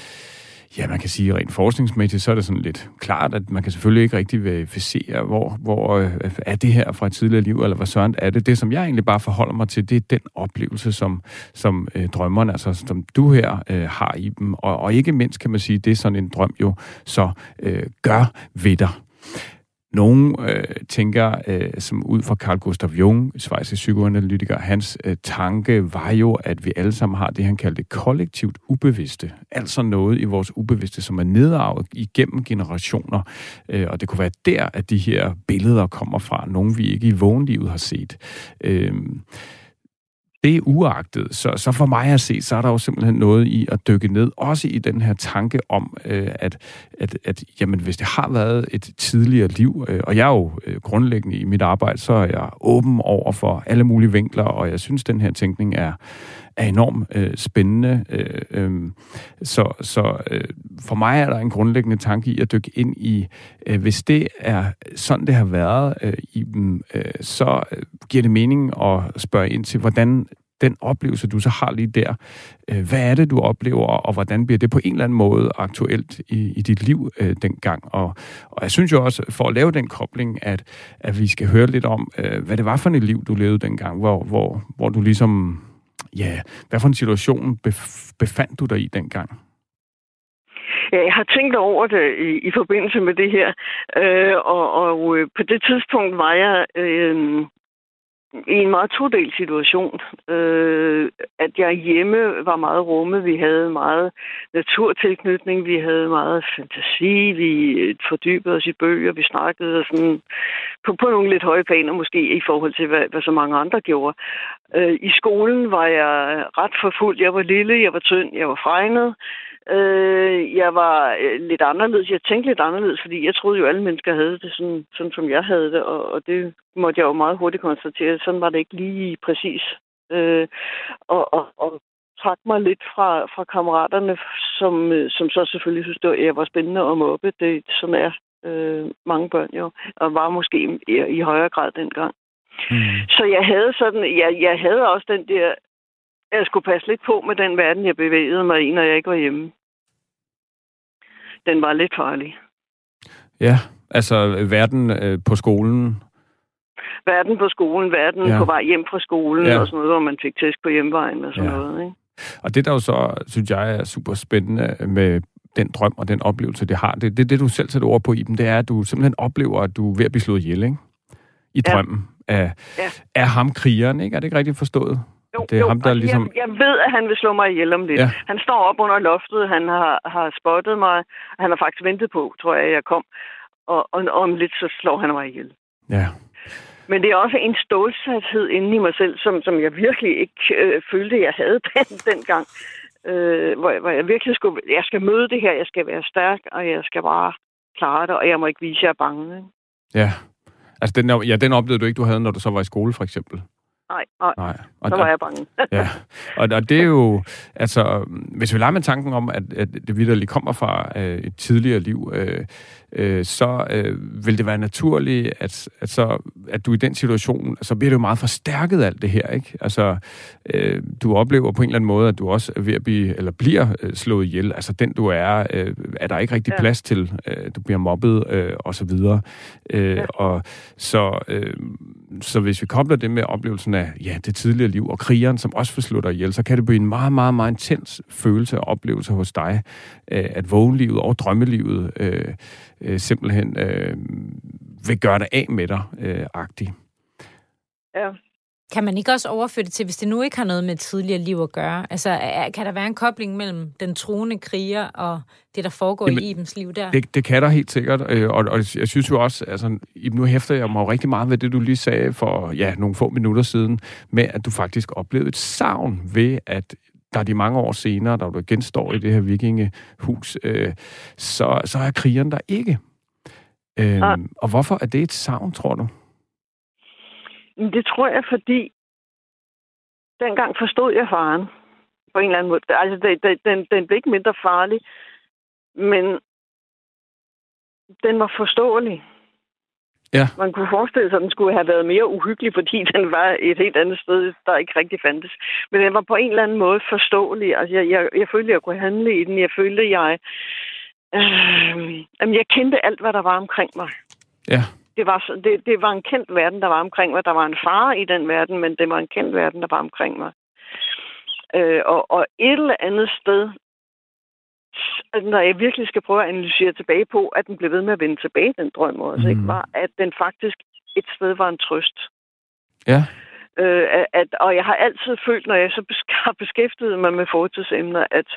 Speaker 1: ja, man kan sige rent forskningsmæssigt, så er det sådan lidt klart, at man kan selvfølgelig ikke rigtig verificere, hvor, hvor øh, er det her fra et tidligere liv, eller hvad sådan er det. Det, som jeg egentlig bare forholder mig til, det er den oplevelse, som, som øh, drømmerne, altså som du her øh, har i dem. Og, og ikke mindst kan man sige, det er sådan en drøm jo så øh, gør ved dig. Nogle øh, tænker, øh, som ud fra Carl Gustav Jung, schweizisk psykoanalytiker, hans øh, tanke var jo, at vi alle sammen har det, han kaldte kollektivt ubevidste. Altså noget i vores ubevidste, som er nedarvet igennem generationer. Øh, og det kunne være der, at de her billeder kommer fra. Nogle, vi ikke i vågenlivet har set. Øh, Det er uagtet. Så, så for mig at se, så er der jo simpelthen noget i at dykke ned, også i den her tanke om, øh, at, at, at jamen, hvis det har været et tidligere liv, øh, og jeg er jo øh, grundlæggende i mit arbejde, så er jeg åben over for alle mulige vinkler, og jeg synes, den her tænkning er, er enormt øh, spændende. Øh, øh, så så øh, for mig er der en grundlæggende tanke i at dykke ind i, øh, hvis det er sådan, det har været øh, i dem, øh, så øh, giver det mening at spørge ind til, hvordan den oplevelse, du så har lige der, øh, hvad er det, du oplever, og hvordan bliver det på en eller anden måde aktuelt i, i dit liv øh, dengang? Og, og jeg synes jo også, for at lave den kobling, at, at vi skal høre lidt om, øh, hvad det var for et liv, du levede dengang, hvor, hvor, hvor du ligesom, ja, hvad for en situation bef- befandt du dig i dengang?
Speaker 5: Ja, jeg har tænkt over det i, i forbindelse med det her, øh, og, og øh, på det tidspunkt var jeg øh, i en meget todelt situation. Øh, at jeg hjemme var meget rummet, vi havde meget naturtilknytning, vi havde meget fantasi, vi fordybede os i bøger, vi snakkede sådan på, på nogle lidt høje planer måske i forhold til, hvad, hvad så mange andre gjorde. Øh, I skolen var jeg ret forfulgt. Jeg var lille, jeg var tynd, jeg var fregnet. Øh, jeg var lidt anderledes. Jeg tænkte lidt anderledes, fordi jeg troede jo, alle mennesker havde det sådan, sådan som jeg havde det, og, og det måtte jeg jo meget hurtigt konstatere. Sådan var det ikke lige præcis. Øh, og, og, og trak mig lidt fra, fra kammeraterne, som, som så selvfølgelig synes, at jeg var spændende at mobbe. Det sådan er øh, mange børn jo, og var måske i, i højere grad dengang. Mm. Så jeg havde sådan, jeg, jeg havde også den der, jeg skulle passe lidt på med den verden, jeg bevægede mig i, når jeg ikke var hjemme. Den var lidt farlig.
Speaker 1: Ja, altså verden øh, på skolen.
Speaker 5: Verden på skolen, verden ja. På vej hjem fra skolen, ja. Og sådan noget, hvor man fik tæsk på hjemvejen og sådan ja. Noget. Ikke? Og
Speaker 1: det der jo så, synes jeg, er super spændende med den drøm og den oplevelse, det har. Det, det, det du selv sætter ord på, Iben, det er, at du simpelthen oplever, at du er ved at blive slået ihjel, ikke? I ja. Drømmen af, ja. Af ham krigeren, ikke? Er det ikke rigtigt forstået?
Speaker 5: Jo,
Speaker 1: det er
Speaker 5: jo,
Speaker 1: ham, der ligesom...
Speaker 5: jeg, jeg ved, at han vil slå mig ihjel om lidt. Ja. Han står op under loftet, han har, har spottet mig, han har faktisk ventet på, tror jeg, jeg kom, og, og om lidt, så slår han mig ihjel.
Speaker 1: Ja.
Speaker 5: Men det er også en stålsathed inde i mig selv, som, som jeg virkelig ikke øh, følte, jeg havde den dengang. Øh, hvor, jeg, hvor jeg virkelig skulle... Jeg skal møde det her, jeg skal være stærk, og jeg skal bare klare det, og jeg må ikke vise, at jeg er bange. Ikke?
Speaker 1: Ja. Altså, den, ja, den oplevede du ikke, du havde, når du så var i skole, for eksempel?
Speaker 5: Nej, nej.
Speaker 1: nej.
Speaker 5: Og så var jeg bange.
Speaker 1: ja, og, og det er jo, altså, hvis vi leger med tanken om, at, at det vitterligt kommer fra øh, et tidligere liv, øh, øh, så øh, vil det være naturligt, at, at, så, at du i den situation, så bliver det jo meget forstærket alt det her, ikke? Altså, øh, du oplever på en eller anden måde, at du også er ved at blive, eller bliver øh, slået ihjel. Altså, den du er, øh, er der ikke rigtig ja. plads til. Øh, du bliver mobbet, øh, og så videre. Øh, ja. Og så... Øh, Så hvis vi kobler det med oplevelsen af ja, det tidligere liv og krigeren, som også vil slå dig ihjel, så kan det blive en meget, meget, meget intens følelse og oplevelse hos dig, øh, at vågenlivet og drømmelivet øh, øh, simpelthen øh, vil gøre det af med dig, øh, agtigt.
Speaker 5: Ja.
Speaker 2: Kan man ikke også overføre det til, hvis det nu ikke har noget med tidligere liv at gøre? Altså, kan der være en kobling mellem den truende kriger og det, der foregår Jamen, i Ibens liv der?
Speaker 1: Det, det kan der helt sikkert, og, og jeg synes jo også, altså, nu hæfter jeg mig jo rigtig meget ved det, du lige sagde for ja, nogle få minutter siden, med at du faktisk oplevede et savn ved, at der er de mange år senere, da du igen står i det her vikingehus, øh, så, så er krigeren der ikke. Øh, ja. Og hvorfor er det et savn, tror du?
Speaker 5: Det tror jeg, fordi dengang forstod jeg faren på en eller anden måde. Altså, det, det, den, den blev ikke mindre farlig, men den var forståelig.
Speaker 1: Ja.
Speaker 5: Man kunne forestille sig, at den skulle have været mere uhyggelig, fordi den var et helt andet sted, der ikke rigtig fandtes. Men den var på en eller anden måde forståelig. Altså, jeg, jeg, jeg følte, at jeg kunne handle i den. Jeg følte, at jeg... Øh, jamen, jeg kendte alt, hvad der var omkring mig.
Speaker 1: Ja.
Speaker 5: Det var, det, det var en kendt verden, der var omkring mig. Der var en fare i den verden, men det var en kendt verden, der var omkring mig. Øh, og, og et eller andet sted, når jeg virkelig skal prøve at analysere tilbage på, at den blev ved med at vende tilbage, den drøm også, mm. ikke, var, at den faktisk et sted var en trøst.
Speaker 1: Ja.
Speaker 5: Øh, at, og jeg har altid følt, når jeg så har beskæftiget mig med fortidsemner, at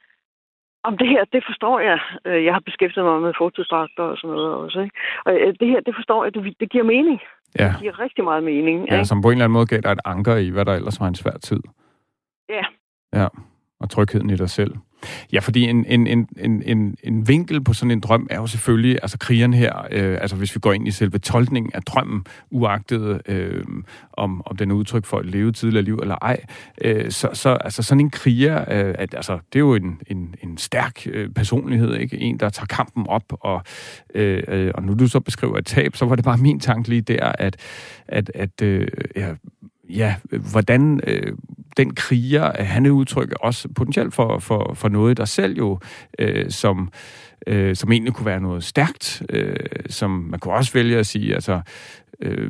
Speaker 5: om det her, det forstår jeg. Jeg har beskæftiget mig med fortidsdragter og sådan noget også, ikke? Og det her, det forstår jeg, det, det giver mening.
Speaker 1: Ja.
Speaker 5: Det giver rigtig meget mening.
Speaker 1: Ja, ikke? Som på en eller anden måde gav dig et anker i, hvad der ellers var en svær tid.
Speaker 5: Ja.
Speaker 1: Ja, og trygheden i dig selv. Ja, fordi en, en, en, en, en vinkel på sådan en drøm er jo selvfølgelig, altså krigeren her, øh, altså hvis vi går ind i selve tolkningen af drømmen, uagtet øh, om, om den er udtryk for et levet tidligere liv eller ej, øh, så, så altså sådan en kriger, øh, at, altså det er jo en, en, en stærk øh, personlighed, ikke? En, der tager kampen op, og, øh, øh, og nu du så beskriver et tab, så var det bare min tanke lige der, at, at, at øh, ja, ja, hvordan øh, den kriger, han er udtryk også potentielt for, for, for noget i dig selv jo, øh, som, øh, som egentlig kunne være noget stærkt, øh, som man kunne også vælge at sige, altså, øh,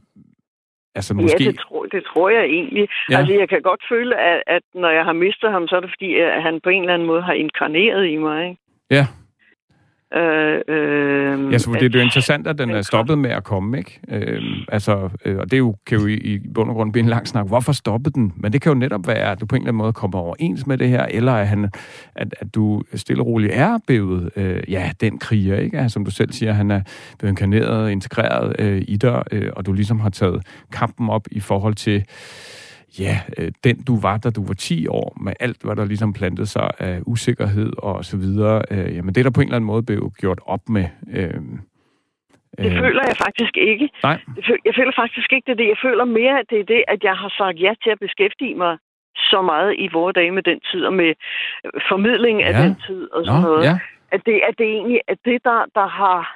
Speaker 1: altså måske...
Speaker 5: Ja, det tror, det tror jeg egentlig. Ja. Altså, jeg kan godt føle, at, at når jeg har mistet ham, så er det fordi, at han på en eller anden måde har inkarneret i mig, ikke?
Speaker 1: Ja.
Speaker 5: Øh, øh,
Speaker 1: ja, så det, det er jo interessant, at den er stoppet med at komme, ikke? Øh, altså, øh, og det er jo, kan jo i, i bund og grund blive en lang snak. Hvorfor stoppede den? Men det kan jo netop være, at du på en eller anden måde kommer overens med det her, eller at, han, at, at du stille og roligt er blevet, øh, ja, den kriger, ikke? Altså, som du selv siger, han er blevet inkarneret, integreret øh, i dig, øh, og du ligesom har taget kampen op i forhold til ja, øh, den du var, da du var ti år, med alt, hvad der ligesom plantede sig af usikkerhed og så videre. Øh, jamen, det er der på en eller anden måde blev gjort op med. Øh,
Speaker 5: det øh, føler jeg faktisk ikke.
Speaker 1: Nej.
Speaker 5: Jeg føler faktisk ikke det. det. Jeg føler mere, at det er det, at jeg har sagt ja til at beskæftige mig så meget i vores dage med den tid, og med formidling ja. af den tid og sådan Nå, noget. Ja. At, det, at det egentlig er det, der, der har...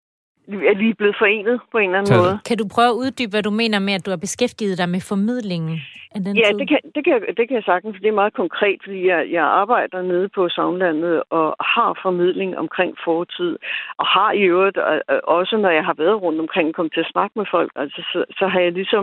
Speaker 5: er lige blevet forenet på en eller anden måde.
Speaker 2: Kan du prøve at uddybe, hvad du mener med, at du har beskæftiget dig med formidlingen af den
Speaker 5: ja,
Speaker 2: tid?
Speaker 5: det kan, det, kan, det kan jeg sagtens. Det er meget konkret, fordi jeg, jeg arbejder nede på Sagnlandet og har formidling omkring fortid, og har i øvrigt, også når jeg har været rundt omkring, kommet til at snakke med folk, altså, så, så har jeg ligesom,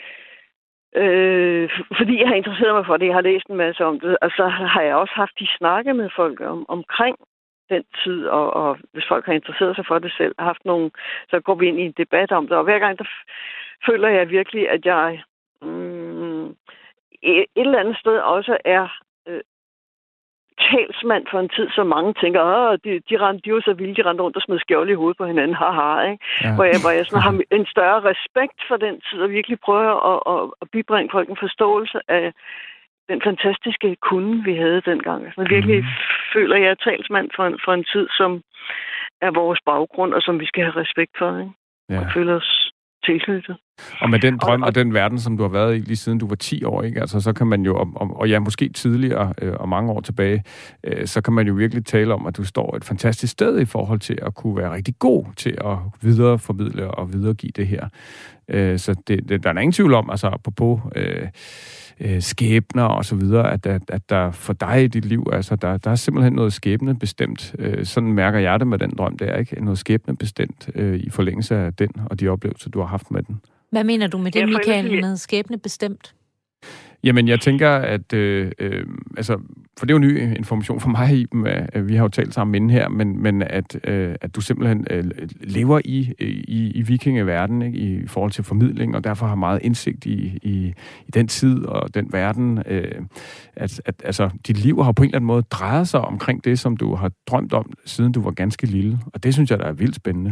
Speaker 5: øh, fordi jeg har interesseret mig for det, jeg har læst en masse om det, og så har jeg også haft de snakke med folk om, omkring den tid, og, og hvis folk har interesseret sig for det selv, har haft nogle, så går vi ind i en debat om det, og hver gang, der f- føler jeg virkelig, at jeg mm, et eller andet sted også er øh, talsmand for en tid, så mange tænker, åh, de, de, rend, de var så vilde, de rendte rundt og smed skjold i hovedet på hinanden, haha, ikke? Ja. Hvor jeg, hvor jeg sådan har en større respekt for den tid, og virkelig prøver at, at, at bibringe folk en forståelse af den fantastiske kunde, vi havde dengang. Så virkelig mm. føler jeg er talsmand for en, for en tid, som er vores baggrund, og som vi skal have respekt for, ikke? Ja. Og føle os tilknyttet.
Speaker 1: Og med den drøm og, og den verden, som du har været i lige siden du var ti år, ikke? Altså, så kan man jo, og, og ja, måske tidligere øh, og mange år tilbage, øh, så kan man jo virkelig tale om, at du står et fantastisk sted i forhold til at kunne være rigtig god til at videreformidle og videregive det her. Øh, så det, det, der er ingen tvivl om, altså apropos øh, øh, skæbner og så videre, at, at, at der for dig i dit liv, altså der, der er simpelthen noget skæbne bestemt. Øh, sådan mærker jeg det med den drøm, det er ikke noget skæbne bestemt øh, i forlængelse af den og de oplevelser, du har haft med den.
Speaker 2: Hvad mener du med det, Michael, med skæbne bestemt?
Speaker 1: Jamen, jeg tænker, at... Øh, øh, altså, for det er jo ny information for mig, Iben. Vi har jo talt sammen inden her, men, men at, øh, at du simpelthen øh, lever i, i, i vikingeverdenen, ikke? I forhold til formidling, og derfor har meget indsigt i, i, i den tid og den verden. Øh, at, at altså, dit liv har på en eller anden måde drejet sig omkring det, som du har drømt om, siden du var ganske lille. Og det synes jeg, der er vildt spændende.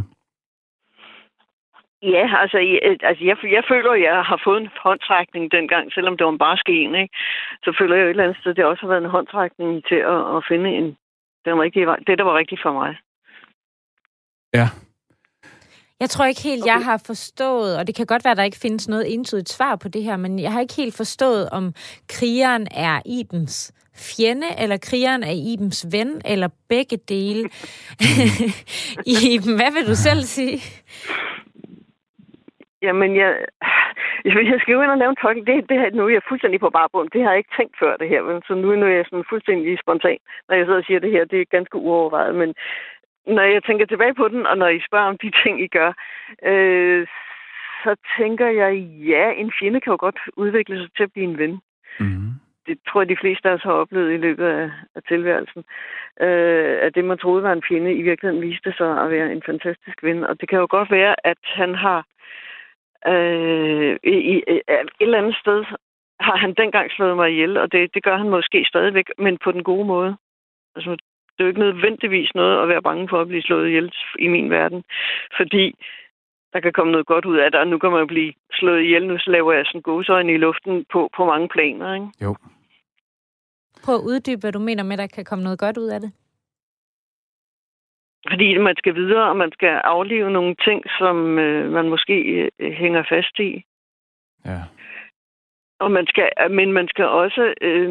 Speaker 5: Ja, altså, jeg, altså jeg, jeg føler, at jeg har fået en håndtrækning dengang, selvom det var en barsk en, ikke? Så føler jeg jo et eller andet sted, at det også har været en håndtrækning til at, at finde en, den rigtige vej, det, der var rigtigt for mig.
Speaker 1: Ja.
Speaker 2: Jeg tror ikke helt, okay. jeg har forstået, og det kan godt være, at der ikke findes noget entydigt svar på det her, men jeg har ikke helt forstået, om krigeren er Ibens fjende, eller krigeren er Ibens ven, eller begge dele. Iben, hvad vil du selv sige?
Speaker 5: Jamen, jeg, jeg skal jo ind og lave en tolkning. Det, det her, nu er jeg fuldstændig på barbund. Det har jeg ikke tænkt før, det her. Så nu, nu er jeg sådan fuldstændig spontan, når jeg sidder og siger det her. Det er ganske uovervejet. Men når jeg tænker tilbage på den, og når I spørger om de ting, I gør, øh, så tænker jeg, ja, en fjende kan jo godt udvikle sig til at blive en ven. Mm-hmm. Det tror jeg, de fleste af os har oplevet i løbet af, af tilværelsen. Øh, at det, man troede var en fjende, i virkeligheden viste sig at være en fantastisk ven. Og det kan jo godt være, at han har Øh, i, i, et eller andet sted har han dengang slået mig ihjel, og det, det gør han måske stadigvæk, men på den gode måde. Altså, det er jo ikke nødvendigvis noget at være bange for at blive slået ihjel i min verden, fordi der kan komme noget godt ud af det, og nu kan man jo blive slået ihjel, nu så laver jeg sådan gåseøjne i luften på, på mange planer, ikke?
Speaker 1: Jo.
Speaker 2: Prøv at uddybe, hvad du mener med, at der kan komme noget godt ud af det.
Speaker 5: Fordi man skal videre, og man skal aflive nogle ting, som øh, man måske øh, hænger fast i.
Speaker 1: Ja.
Speaker 5: Og man skal, men man skal også... Øh,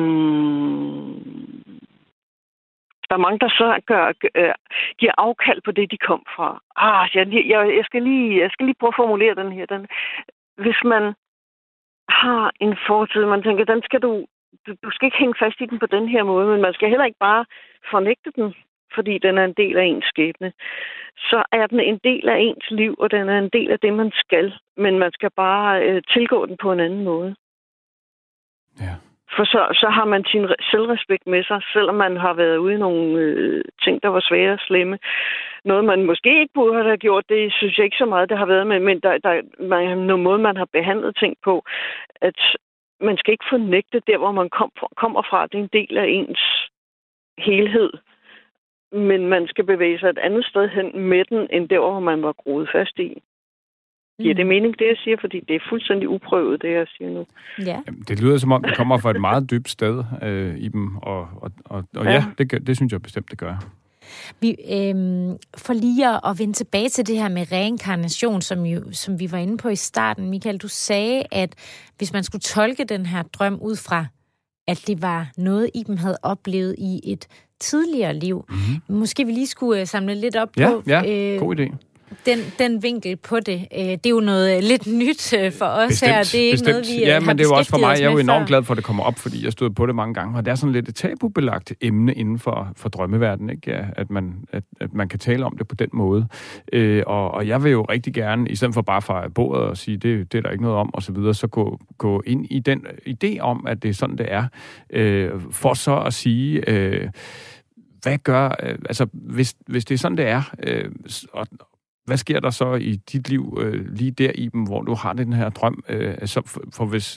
Speaker 5: der er mange, der så gør, øh, giver afkald på det, de kom fra. Ah, jeg, jeg, jeg, skal lige, jeg skal lige prøve at formulere den her. Den. Hvis man har en fortid, man tænker, den skal du, du... Du skal ikke hænge fast i den på den her måde, men man skal heller ikke bare fornægte den, fordi den er en del af ens skæbne, så er den en del af ens liv, og den er en del af det, man skal. Men man skal bare øh, tilgå den på en anden måde.
Speaker 1: Ja.
Speaker 5: For så, så har man sin selvrespekt med sig, selvom man har været ude i nogle øh, ting, der var svære og slemme. Noget, man måske ikke burde have gjort, det synes jeg ikke så meget, det har været med, men der, der er noget måde, man har behandlet ting på, at man skal ikke fornægte der, hvor man kom, kommer fra. Det er en del af ens helhed. Men man skal bevæge sig et andet sted hen med den, end der, hvor man var groet fast i. Giver mm. det mening, det jeg siger? Fordi det er fuldstændig uprøvet, det jeg siger nu.
Speaker 2: Ja.
Speaker 1: Jamen, det lyder som om, det kommer fra et meget dybt sted øh, i dem. Og, og, og, og ja, ja det, det synes jeg bestemt, det gør.
Speaker 2: Vi, øhm, for lige at vende tilbage til det her med reinkarnation, som, jo, som vi var inde på i starten. Michael, du sagde, at hvis man skulle tolke den her drøm ud fra, at det var noget, Iben havde oplevet i et tidligere liv. Mm-hmm. Måske vi lige skulle samle lidt op
Speaker 1: ja,
Speaker 2: på
Speaker 1: ja, øh, god idé.
Speaker 2: Den, den vinkel på det. Det er jo noget lidt nyt for os bestemt, her. Det er ikke bestemt. Noget, vi
Speaker 1: ja,
Speaker 2: har
Speaker 1: men det er jo også for mig. Jeg er jo enormt
Speaker 2: før.
Speaker 1: glad for, at det kommer op, fordi jeg stod på det mange gange, og det er sådan lidt et tabubelagt emne inden for, for drømmeverdenen, ikke? Ja, at, man, at, at man kan tale om det på den måde. Øh, og, og jeg vil jo rigtig gerne, i stedet for bare fra bordet og sige, det, det er der ikke noget om, og så videre, så gå, gå ind i den idé om, at det er sådan, det er. Øh, for så at sige... Øh, hvad gør... Øh, altså, hvis, hvis det er sådan, det er... Øh, og, hvad sker der så i dit liv øh, lige der i dem, hvor du har den her drøm? Øh, så for, for hvis,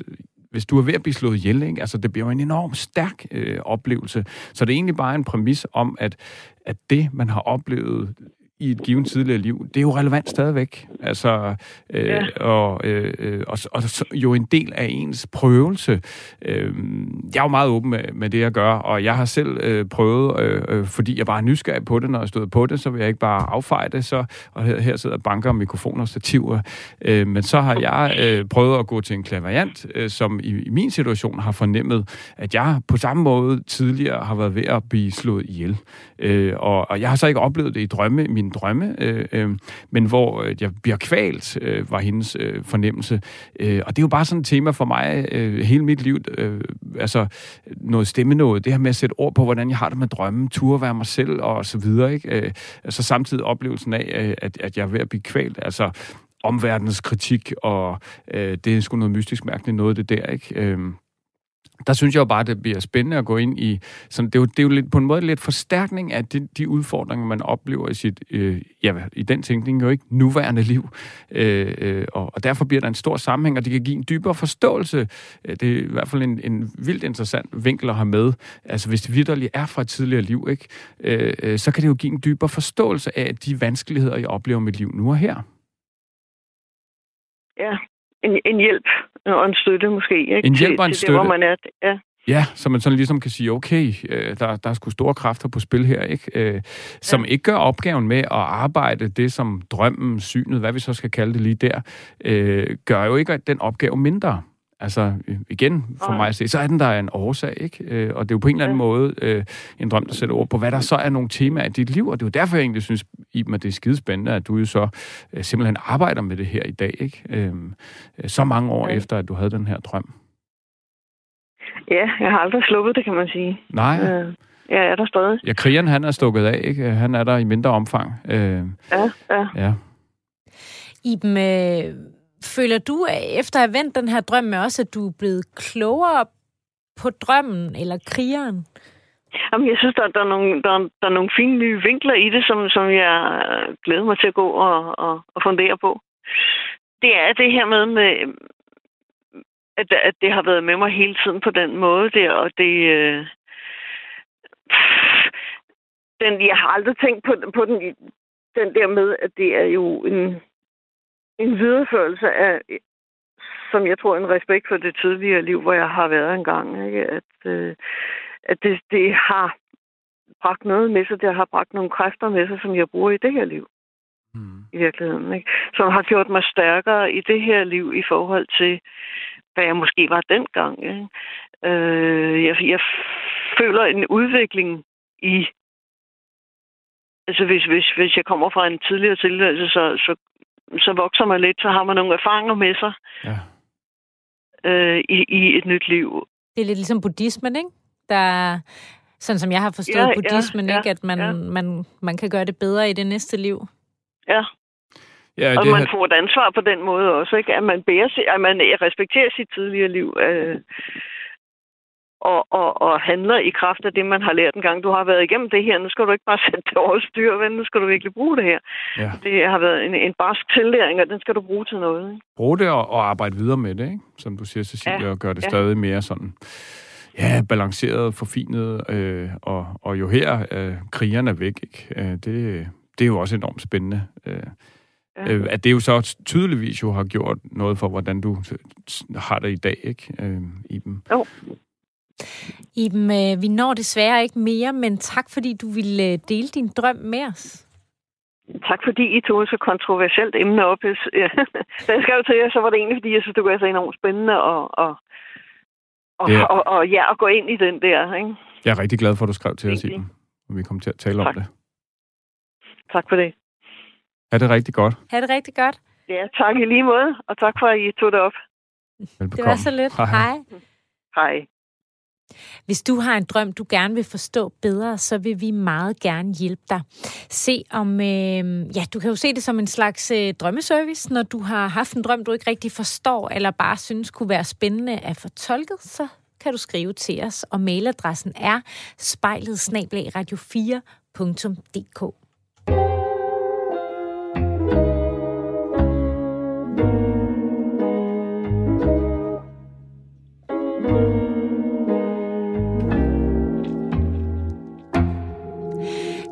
Speaker 1: hvis du er ved at blive slået ihjel, ikke? Altså, det bliver jo en enormt stærk øh, oplevelse. Så det er egentlig bare en præmis om, at, at det, man har oplevet i et givet tidligere liv, det er jo relevant stadigvæk. Altså, øh, ja. og, øh, og, og jo en del af ens prøvelse. Øh, jeg er jo meget åben med, med det, jeg gør, og jeg har selv øh, prøvet, øh, fordi jeg bare er nysgerrig på det, når jeg stod på det, så vil jeg ikke bare affeje det, så, og her, her sidder banker, mikrofoner og stativer. Øh, men så har jeg øh, prøvet at gå til en klaverjant, øh, som i, i min situation har fornemmet, at jeg på samme måde tidligere har været ved at blive slået ihjel. Øh, og, og jeg har så ikke oplevet det i drømme, min drømme, øh, øh, men hvor øh, jeg bliver kvalt, øh, var hendes øh, fornemmelse. Øh, og det er jo bare sådan et tema for mig øh, hele mit liv. Øh, altså noget stemme noget, det her med at sætte ord på, hvordan jeg har det med drømmen, ture være mig selv og så videre. Ikke? Øh, altså samtidig oplevelsen af, at, at jeg er ved at blive kvalt. Altså omverdenens kritik, og øh, det er sgu noget mystisk mærkeligt noget, det der, ikke? Øh, Der synes jeg jo bare, at det bliver spændende at gå ind i... Sådan, det, er jo, det er jo lidt, på en måde lidt forstærkning af de, de udfordringer, man oplever i sit... Øh, ja, i den tænkning jo ikke nuværende liv. Øh, øh, og, og derfor bliver der en stor sammenhæng, og det kan give en dybere forståelse. Det er i hvert fald en, en vildt interessant vinkel at have med. Altså, hvis det vitterligt er fra et tidligere liv, ikke? Øh, øh, så kan det jo give en dybere forståelse af de vanskeligheder, jeg oplever i mit liv nu og her.
Speaker 5: Ja, en, en hjælp og en støtte måske, ikke?
Speaker 1: En hjælp og en
Speaker 5: til, til
Speaker 1: støtte.
Speaker 5: Det, hvor man er. Ja.
Speaker 1: Ja, så man sådan ligesom kan sige, okay, øh, der, der er sgu store kræfter på spil her, ikke? Øh, som ja. ikke gør opgaven med at arbejde det som drømmen, synet, hvad vi så skal kalde det lige der, øh, gør jo ikke den opgave mindre. Altså, igen, for mig at se, så er den der en årsag, ikke? Øh, og det er jo på en eller anden ja. måde øh, en drøm, der sætter ord på, hvad der så er nogle temaer i dit liv, og det er jo derfor, jeg egentlig synes, Iben, at det er skidespændende, at du jo så øh, simpelthen arbejder med det her i dag, ikke? Øh, så mange år ja. efter, at du havde den her drøm.
Speaker 5: Ja, jeg har aldrig sluppet det, kan man sige.
Speaker 1: Nej.
Speaker 5: Øh, jeg er der stadig.
Speaker 1: Ja, krigeren, han er stukket af, ikke? Han er der i mindre omfang. Øh,
Speaker 5: ja, ja.
Speaker 1: ja.
Speaker 2: Iben, øh, føler du, efter at have vendt den her drøm med også, at du er blevet klogere på drømmen eller krigeren?
Speaker 5: Jamen, jeg synes, der, der, er nogle, der, der er nogle fine nye vinkler i det, som, som jeg glæder mig til at gå og, og, og fundere på. Det er det her med, med at, at det har været med mig hele tiden på den måde der, og det... Øh, den, jeg har aldrig tænkt på, på den, den der med, at det er jo en, en videreførelse af, som jeg tror, en respekt for det tidligere liv, hvor jeg har været engang, ikke? At, øh, at det, det har bragt noget med sig, det har bragt nogle kræfter med sig, som jeg bruger i det her liv. Mm. I virkeligheden, ikke? Som har gjort mig stærkere i det her liv i forhold til, hvad jeg måske var dengang. Ikke? Øh, jeg, jeg føler en udvikling i... Altså, hvis, hvis, hvis jeg kommer fra en tidligere tilværelse, så, så, så vokser man lidt, så har man nogle erfaringer med sig
Speaker 1: ja.
Speaker 5: øh, i, i et nyt liv.
Speaker 2: Det er lidt ligesom buddhismen, ikke? Der, sådan som jeg har forstået ja, buddhismen, ja, ikke? At man, ja. man, man kan gøre det bedre i det næste liv.
Speaker 5: Ja. Ja, og det man har... får et ansvar på den måde også, ikke? At man, bærer, at man respekterer sit tidligere liv øh, og, og, og handler i kraft af det, man har lært en gang. Du har været igennem det her, nu skal du ikke bare sætte det over styr, ven. Nu skal du virkelig bruge det her. Ja. Det har været en, en barsk tillæring, og den skal du bruge til noget. Ikke?
Speaker 1: Bruge det og, og arbejde videre med det, ikke? Som du siger, Cecilie, ja. Og gøre det ja. stadig mere sådan... Ja, balanceret, forfinet, øh, og, og jo her, øh, krigerne er væk, ikke? Øh, det, det er jo også enormt spændende. Øh, ja. øh, at det jo så tydeligvis jo har gjort noget for, hvordan du har det i dag, ikke, øh, Iben?
Speaker 5: Jo.
Speaker 2: Iben, øh, vi når desværre ikke mere, men tak, fordi du ville dele din drøm med os.
Speaker 5: Tak, fordi I tog et så kontroversielt emne op. Da jeg skrev til jer, så var det egentlig, fordi jeg synes, det var så enormt spændende og... og Og, ja. Og, og ja, at gå ind i den der, ikke?
Speaker 1: Jeg er rigtig glad for, at du skrev til os, Iben, og vi kommer til at tale tak. om det.
Speaker 5: Tak for det.
Speaker 1: Ha' det rigtig godt.
Speaker 2: Ha' det rigtig godt.
Speaker 5: Ja, tak i lige måde, og tak for, at I tog det op.
Speaker 1: Velbekomme.
Speaker 2: Det var så lidt. Hej. Hej.
Speaker 5: Hej.
Speaker 2: Hvis du har en drøm, du gerne vil forstå bedre, så vil vi meget gerne hjælpe dig. Se om, øh, ja, du kan jo se det som en slags øh, drømmeservice, når du har haft en drøm, du ikke rigtig forstår, eller bare synes kunne være spændende at få tolket, så kan du skrive til os, og mailadressen er spejlet snabel-a radio fire punktum d k.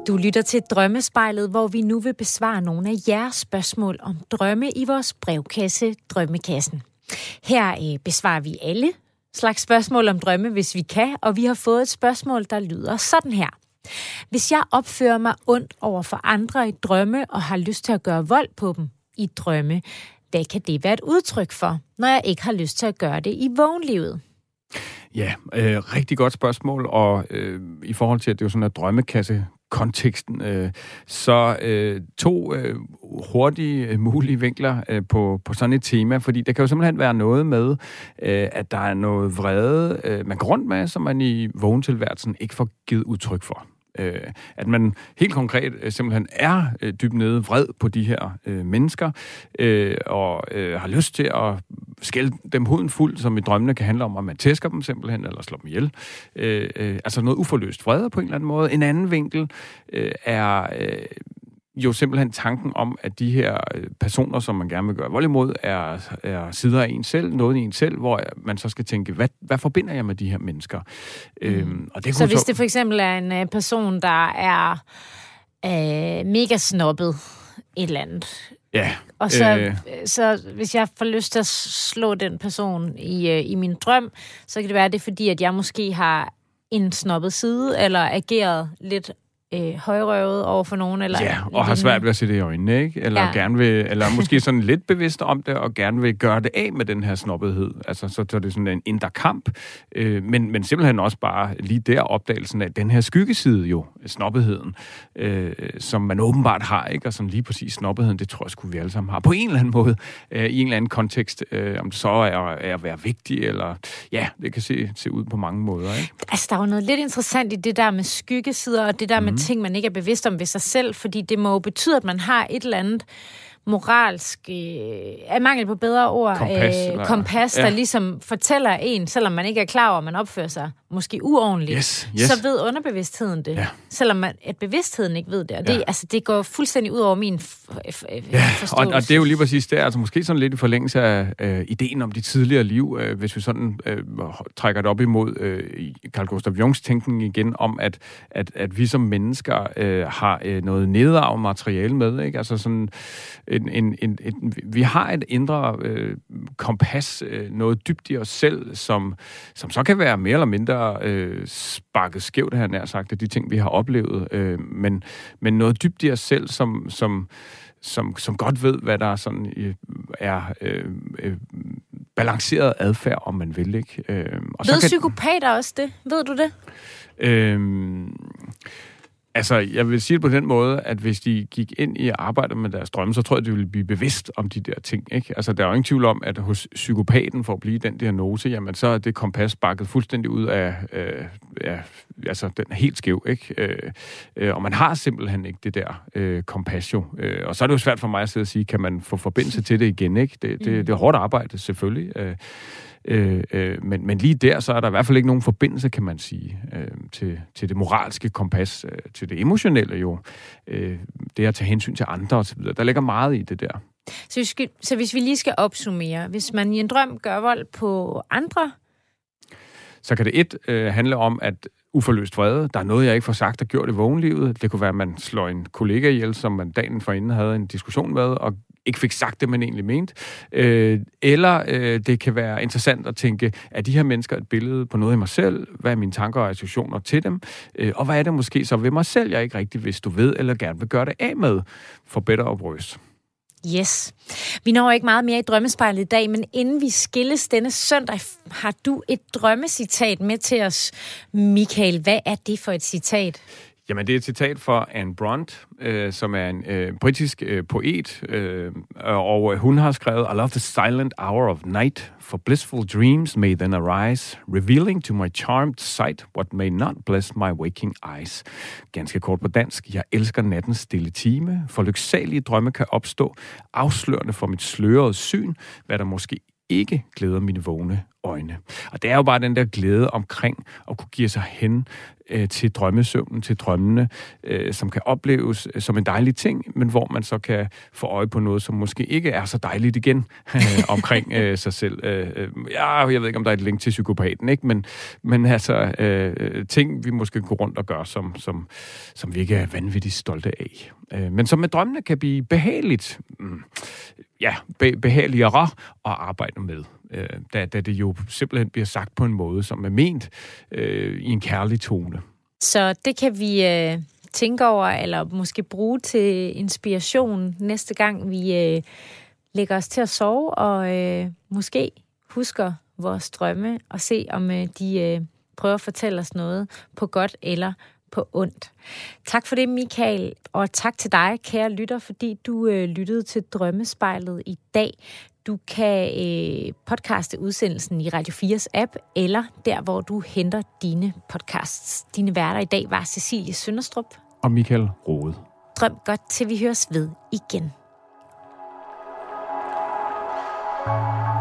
Speaker 2: Du lytter til Drømmespejlet, hvor vi nu vil besvare nogle af jeres spørgsmål om drømme i vores brevkasse, Drømmekassen. Her øh, besvarer vi alle slags spørgsmål om drømme, hvis vi kan, og vi har fået et spørgsmål, der lyder sådan her. Hvis jeg opfører mig ondt over for andre i drømme og har lyst til at gøre vold på dem i drømme, hvad kan det være et udtryk for, når jeg ikke har lyst til at gøre det i vågenlivet?
Speaker 1: Ja, øh, rigtig godt spørgsmål, og øh, i forhold til, at det er jo sådan en drømmekasse konteksten, øh, så øh, to øh, hurtige øh, mulige vinkler øh, på, på sådan et tema, fordi der kan jo simpelthen være noget med, øh, at der er noget vrede, øh, man går rundt med, som man i vågentilværelsen ikke får givet udtryk for. Øh, at man helt konkret øh, simpelthen er øh, dybt nede vred på de her øh, mennesker, øh, og øh, har lyst til at skælde dem huden fuld, som i drømmene kan handle om, at man tæsker dem simpelthen, eller slår dem ihjel. Øh, øh, altså noget uforløst vrede på en eller anden måde. En anden vinkel øh, er øh, jo simpelthen tanken om, at de her personer, som man gerne vil gøre vold imod, er, er sider af en selv, noget i en selv, hvor man så skal tænke, hvad, hvad forbinder jeg med de her mennesker? Mm. Øhm, og det
Speaker 2: så hvis så... det for eksempel er en person, der er øh, mega snobbet et eller andet,
Speaker 1: ja,
Speaker 2: og så,
Speaker 1: øh...
Speaker 2: så hvis jeg får lyst til at slå den person i, øh, i min drøm, så kan det være, det er fordi, at jeg måske har en snobbet side, eller ageret lidt Øh, højrøvet over for nogen, eller...
Speaker 1: Ja, og har svært ved at se det i øjnene, ikke? Eller ja. gerne vil, eller måske sådan lidt bevidst om det, og gerne vil gøre det af med den her snobbethed. Altså, så, så er det sådan en indre kamp, øh, men, men simpelthen også bare lige der opdagelsen af den her skyggeside jo, snobbetheden, øh, som man åbenbart har, ikke? Og som lige præcis snobbetheden, det tror jeg sgu vi alle sammen har, på en eller anden måde, øh, i en eller anden kontekst, øh, om det så er, er at være vigtig, eller... Ja, det kan se, se ud på mange måder, ikke? Altså,
Speaker 2: der er jo noget lidt interessant i det der med skyggesider, og det der mm. med ting, man ikke er bevidst om ved sig selv, fordi det må jo betyde, at man har et eller andet moralsk, øh, er mangel på bedre ord,
Speaker 1: kompas,
Speaker 2: øh, kompas ja. der ligesom fortæller en, selvom man ikke er klar over, at man opfører sig måske uordentligt,
Speaker 1: yes, yes.
Speaker 2: så ved underbevidstheden det, ja. selvom man, at bevidstheden ikke ved det. Og ja. det, altså, det går fuldstændig ud over min f- f-
Speaker 1: ja. forståelse. Og, og det er jo lige præcis det, altså måske sådan lidt i forlængelse af øh, ideen om de tidligere liv, øh, hvis vi sådan øh, trækker det op imod øh, Carl Gustav Jungs tænkning igen, om at, at, at vi som mennesker øh, har øh, noget nedarvet materiale med, ikke? Altså sådan En, en, en, en, vi har et indre øh, kompas, øh, noget dybt i os selv, som, som så kan være mere eller mindre øh, sparket skævt, her nær sagt, af de ting, vi har oplevet. Øh, men, men noget dybt i os selv, som, som, som, som godt ved, hvad der sådan, øh, er øh, øh, balanceret adfærd, om man vil. Ikke? Øh,
Speaker 2: og ved så kan, psykopater også det? Ved du det?
Speaker 1: Øh, Altså, jeg vil sige det på den måde, at hvis de gik ind i arbejdet med deres drømme, så tror jeg, de ville blive bevidst om de der ting, ikke? Altså, der er jo ingen tvivl om, at hos psykopaten, for at blive den diagnose, jamen, så er det kompas bakket fuldstændig ud af, øh, ja, altså, den er helt skæv, ikke? Øh, øh, og man har simpelthen ikke det der øh, kompas, jo. Øh, og så er det jo svært for mig at sidde og sige, kan man få forbindelse til det igen, ikke? Det, det, det er hårdt arbejde, selvfølgelig. Øh, Øh, øh, men, men lige der, så er der i hvert fald ikke nogen forbindelse, kan man sige, øh, til, til det moralske kompas, øh, til det emotionelle jo. Øh, det at tage hensyn til andre osv. Der ligger meget i det der.
Speaker 2: Så, vi skal, så hvis vi lige skal opsummere, hvis man i en drøm gør vold på andre,
Speaker 1: så kan det et øh, handle om, at uforløst vrede. Der er noget, jeg ikke får sagt og gjort i vågenlivet. Det kunne være, at man slår en kollega ihjel, som man dagen forinden havde en diskussion med, og ikke fik sagt det, man egentlig mente. Øh, eller øh, det kan være interessant at tænke, er de her mennesker et billede på noget i mig selv? Hvad er mine tanker og associationer til dem? Øh, og hvad er det måske så ved mig selv, jeg ikke rigtig vidste, du ved, eller gerne vil gøre det af med for better og brøs?
Speaker 2: Yes. Vi når ikke meget mere i Drømmespejlet i dag, men inden vi skilles denne søndag, har du et drømmecitat med til os, Michael. Hvad er det for et citat?
Speaker 1: Jamen, det er et citat fra Anne Bront, øh, som er en øh, britisk øh, poet, øh, og hun har skrevet, I love the silent hour of night, for blissful dreams may then arise, revealing to my charmed sight what may not bless my waking eyes. Ganske kort på dansk, jeg elsker nattens stille time, for lyksalige drømme kan opstå, afslørende for mit slørede syn, hvad der måske ikke glæder mine vågne øjne. Og det er jo bare den der glæde omkring at kunne give sig hen øh, til drømmesøvnen, til drømmene, øh, som kan opleves øh, som en dejlig ting, men hvor man så kan få øje på noget, som måske ikke er så dejligt igen øh, omkring øh, sig selv. Øh, øh, ja, jeg ved ikke, om der er et link til psykopaten, ikke? Men, men altså øh, ting, vi måske går rundt og gør, som, som, som vi ikke er vanvittigt stolte af. Øh, men som med drømmene kan blive behageligt, mm, ja, be, behageligere at arbejde med. Øh, da, da det jo simpelthen bliver sagt på en måde, som er ment øh, i en kærlig tone.
Speaker 2: Så det kan vi øh, tænke over, eller måske bruge til inspiration næste gang, vi øh, lægger os til at sove, og øh, måske husker vores drømme, og se, om øh, de øh, prøver at fortælle os noget på godt eller på ondt. Tak for det, Michael, og tak til dig, kære lytter, fordi du øh, lyttede til Drømmespejlet i dag. Du kan øh, podcaste udsendelsen i Radio fires app, eller der, hvor du henter dine podcasts. Dine værter i dag var Cecilie Sønderstrup
Speaker 1: og Michael Rode.
Speaker 2: Drøm godt, til vi høres ved igen.